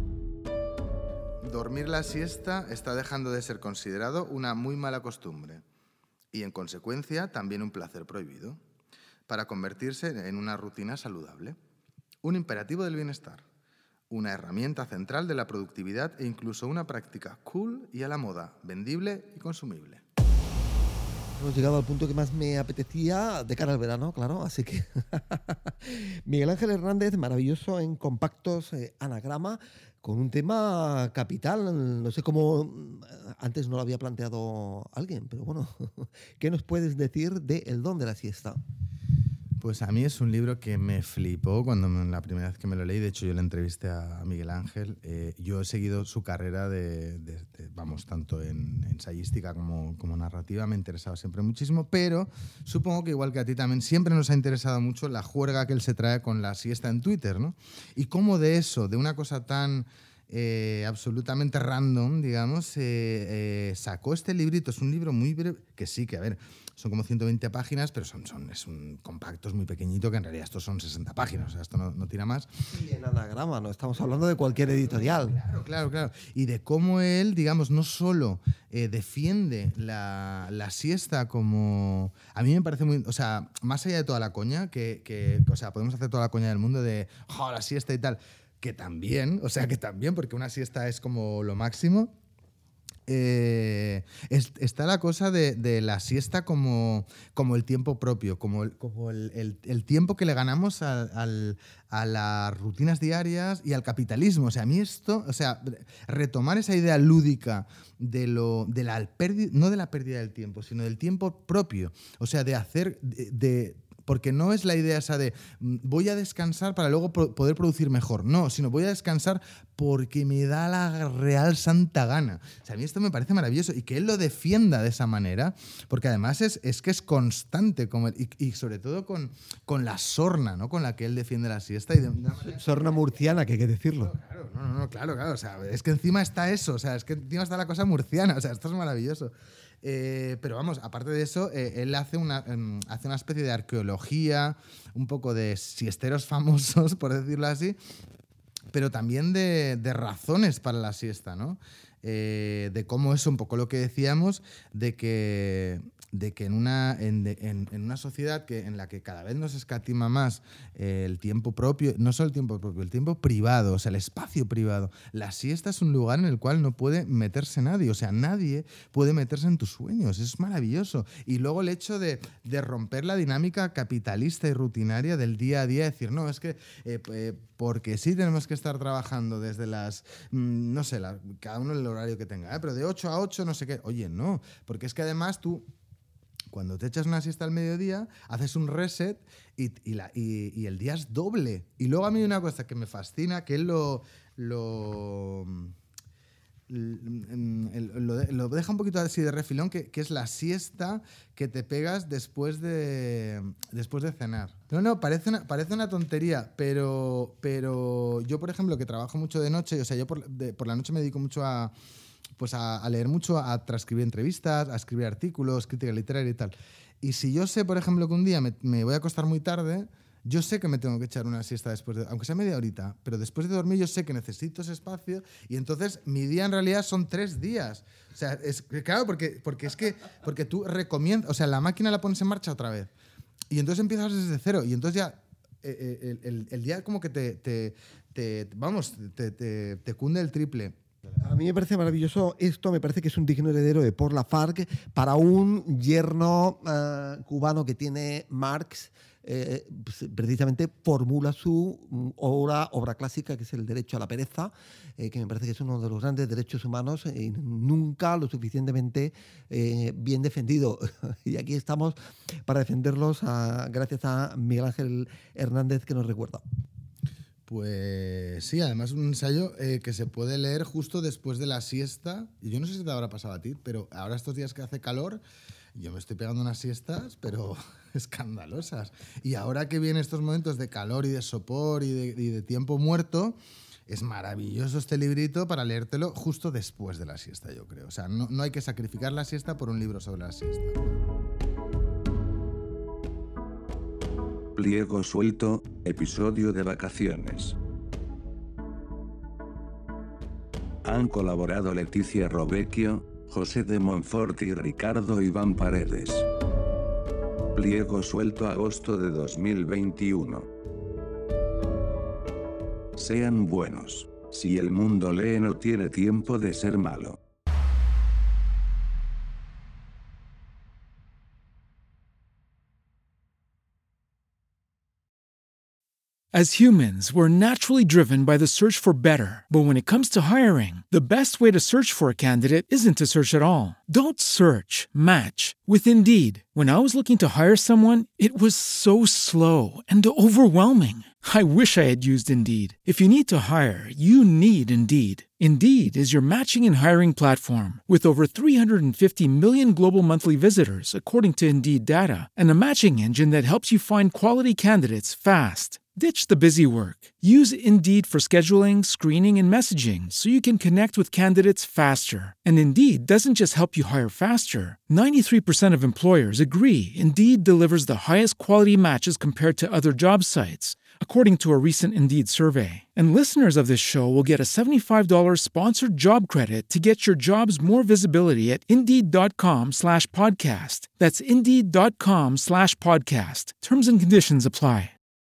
[SPEAKER 5] Dormir la siesta está dejando de ser considerado una muy mala costumbre y, en consecuencia, también un placer prohibido, para convertirse en una rutina saludable, un imperativo del bienestar, una herramienta central de la productividad e incluso una práctica cool y a la moda, vendible y consumible.
[SPEAKER 2] Hemos llegado al punto que más me apetecía de cara al verano, claro, así que Miguel Ángel Hernández, maravilloso en compactos, eh, anagrama, con un tema capital. No sé cómo antes no lo había planteado alguien, pero bueno, ¿qué nos puedes decir de El don de la siesta?
[SPEAKER 5] Pues a mí es un libro que me flipó cuando me, la primera vez que me lo leí. De hecho, yo le entrevisté a Miguel Ángel. Eh, yo he seguido su carrera, de, de, de, vamos, tanto en ensayística como, como narrativa. Me ha interesado siempre muchísimo, pero supongo que igual que a ti también siempre nos ha interesado mucho la juerga que él se trae con la siesta en Twitter, ¿no? Y cómo de eso, de una cosa tan eh, absolutamente random, digamos, eh, eh, sacó este librito. Es un libro muy breve, que sí, que a ver... Son como ciento veinte páginas, pero son, son, es un compacto, es muy pequeñito, que en realidad estos son sesenta páginas, o sea, esto no, no tira más.
[SPEAKER 2] Y en anagrama, no estamos hablando de cualquier editorial.
[SPEAKER 5] Claro, claro, claro. Y de cómo él, digamos, no solo eh, defiende la, la siesta como... A mí me parece muy... O sea, más allá de toda la coña, que, que o sea, podemos hacer toda la coña del mundo de, oh, la siesta y tal, que también, o sea, que también, porque una siesta es como lo máximo. Eh, es, está la cosa de, de la siesta como, como el tiempo propio, como el, como el, el, el tiempo que le ganamos a, al, a las rutinas diarias y al capitalismo. O sea, a mí esto, o sea, retomar esa idea lúdica de lo, de la pérdida, no de la pérdida del tiempo, sino del tiempo propio. O sea, de hacer, de, de porque no es la idea esa de voy a descansar para luego pro- poder producir mejor. No, sino voy a descansar porque me da la real santa gana. O sea, a mí esto me parece maravilloso. Y que él lo defienda de esa manera, porque además es, es que es constante, como, y, y sobre todo con, con la sorna, ¿no? Con la que él defiende la siesta. Y de una manera...
[SPEAKER 2] Sorna murciana, que hay que decirlo.
[SPEAKER 5] Claro, no, no, no, claro, claro. O sea, es que encima está eso, o sea, es que encima está la cosa murciana. O sea, esto es maravilloso. Eh, pero vamos, aparte de eso, eh, él hace una, eh, hace una especie de arqueología, un poco de siesteros famosos, por decirlo así, pero también de, de razones para la siesta, ¿no? Eh, de cómo es un poco lo que decíamos, de que, de que en, una, en, de, en, en una sociedad que, en la que cada vez nos escatima más eh, el tiempo propio, no solo el tiempo propio, el tiempo privado, o sea, el espacio privado. La siesta es un lugar en el cual no puede meterse nadie, o sea, nadie puede meterse en tus sueños, es maravilloso. Y luego el hecho de, de romper la dinámica capitalista y rutinaria del día a día, decir, no, es que eh, eh, porque sí tenemos que estar trabajando desde las, mmm, no sé, la, cada uno el horario que tenga, ¿eh? Pero de ocho a ocho, no sé qué. Oye, no, porque es que además tú, cuando te echas una siesta al mediodía, haces un reset y, y, la, y, y el día es doble. Y luego a mí hay una cosa que me fascina, que él lo... lo Lo, lo deja un poquito así de refilón, que, que es la siesta que te pegas después de, después de cenar. No, no, parece una, parece una tontería, pero, pero yo, por ejemplo, que trabajo mucho de noche, o sea, yo por, de, por la noche me dedico mucho a, pues a, a leer mucho, a transcribir entrevistas, a escribir artículos, crítica literaria y tal. Y si yo sé, por ejemplo, que un día me, me voy a acostar muy tarde, yo sé que me tengo que echar una siesta después de, aunque sea media horita, pero después de dormir yo sé que necesito ese espacio y entonces mi día en realidad son tres días. O sea, es claro, porque, porque es que porque tú recomiendas, o sea, la máquina la pones en marcha otra vez y entonces empiezas desde cero y entonces ya eh, el, el, el día como que te, te, te vamos, te, te, te cunde el triple.
[SPEAKER 2] A mí me parece maravilloso esto, me parece que es un digno heredero de Por la F A R C para un yerno uh, cubano que tiene Marx. eh, pues, precisamente formula su obra, obra clásica, que es el derecho a la pereza, eh, que me parece que es uno de los grandes derechos humanos y nunca lo suficientemente eh, bien defendido. Y aquí estamos para defenderlos a, gracias a Miguel Ángel Hernández, que nos recuerda.
[SPEAKER 5] Pues sí, además un ensayo eh, que se puede leer justo después de la siesta. Y yo no sé si te habrá pasado a ti, pero ahora estos días que hace calor, yo me estoy pegando unas siestas, pero escandalosas. Y ahora que vienen estos momentos de calor y de sopor y de, y de tiempo muerto, es maravilloso este librito para leértelo justo después de la siesta, yo creo. O sea, no, no hay que sacrificar la siesta por un libro sobre la siesta.
[SPEAKER 1] Pliego suelto, episodio de vacaciones. Han colaborado Leticia Robecchio, José de Montfort y Ricardo Iván Paredes. Pliego suelto, agosto de dos mil veintiuno. Sean buenos. Si el mundo lee, no tiene tiempo de ser malo.
[SPEAKER 10] As humans, we're naturally driven by the search for better. But when it comes to hiring, the best way to search for a candidate isn't to search at all. Don't search, match with Indeed. When I was looking to hire someone, it was so slow and overwhelming. I wish I had used Indeed. If you need to hire, you need Indeed. Indeed is your matching and hiring platform with over three hundred fifty million global monthly visitors, according to Indeed data, and a matching engine that helps you find quality candidates fast. Ditch the busy work. Use Indeed for scheduling, screening, and messaging so you can connect with candidates faster. And Indeed doesn't just help you hire faster. ninety-three percent of employers agree Indeed delivers the highest quality matches compared to other job sites, according to a recent Indeed survey. And listeners of this show will get a seventy-five dollars sponsored job credit to get your jobs more visibility at Indeed.com slash podcast. That's Indeed.com slash podcast. Terms and conditions apply.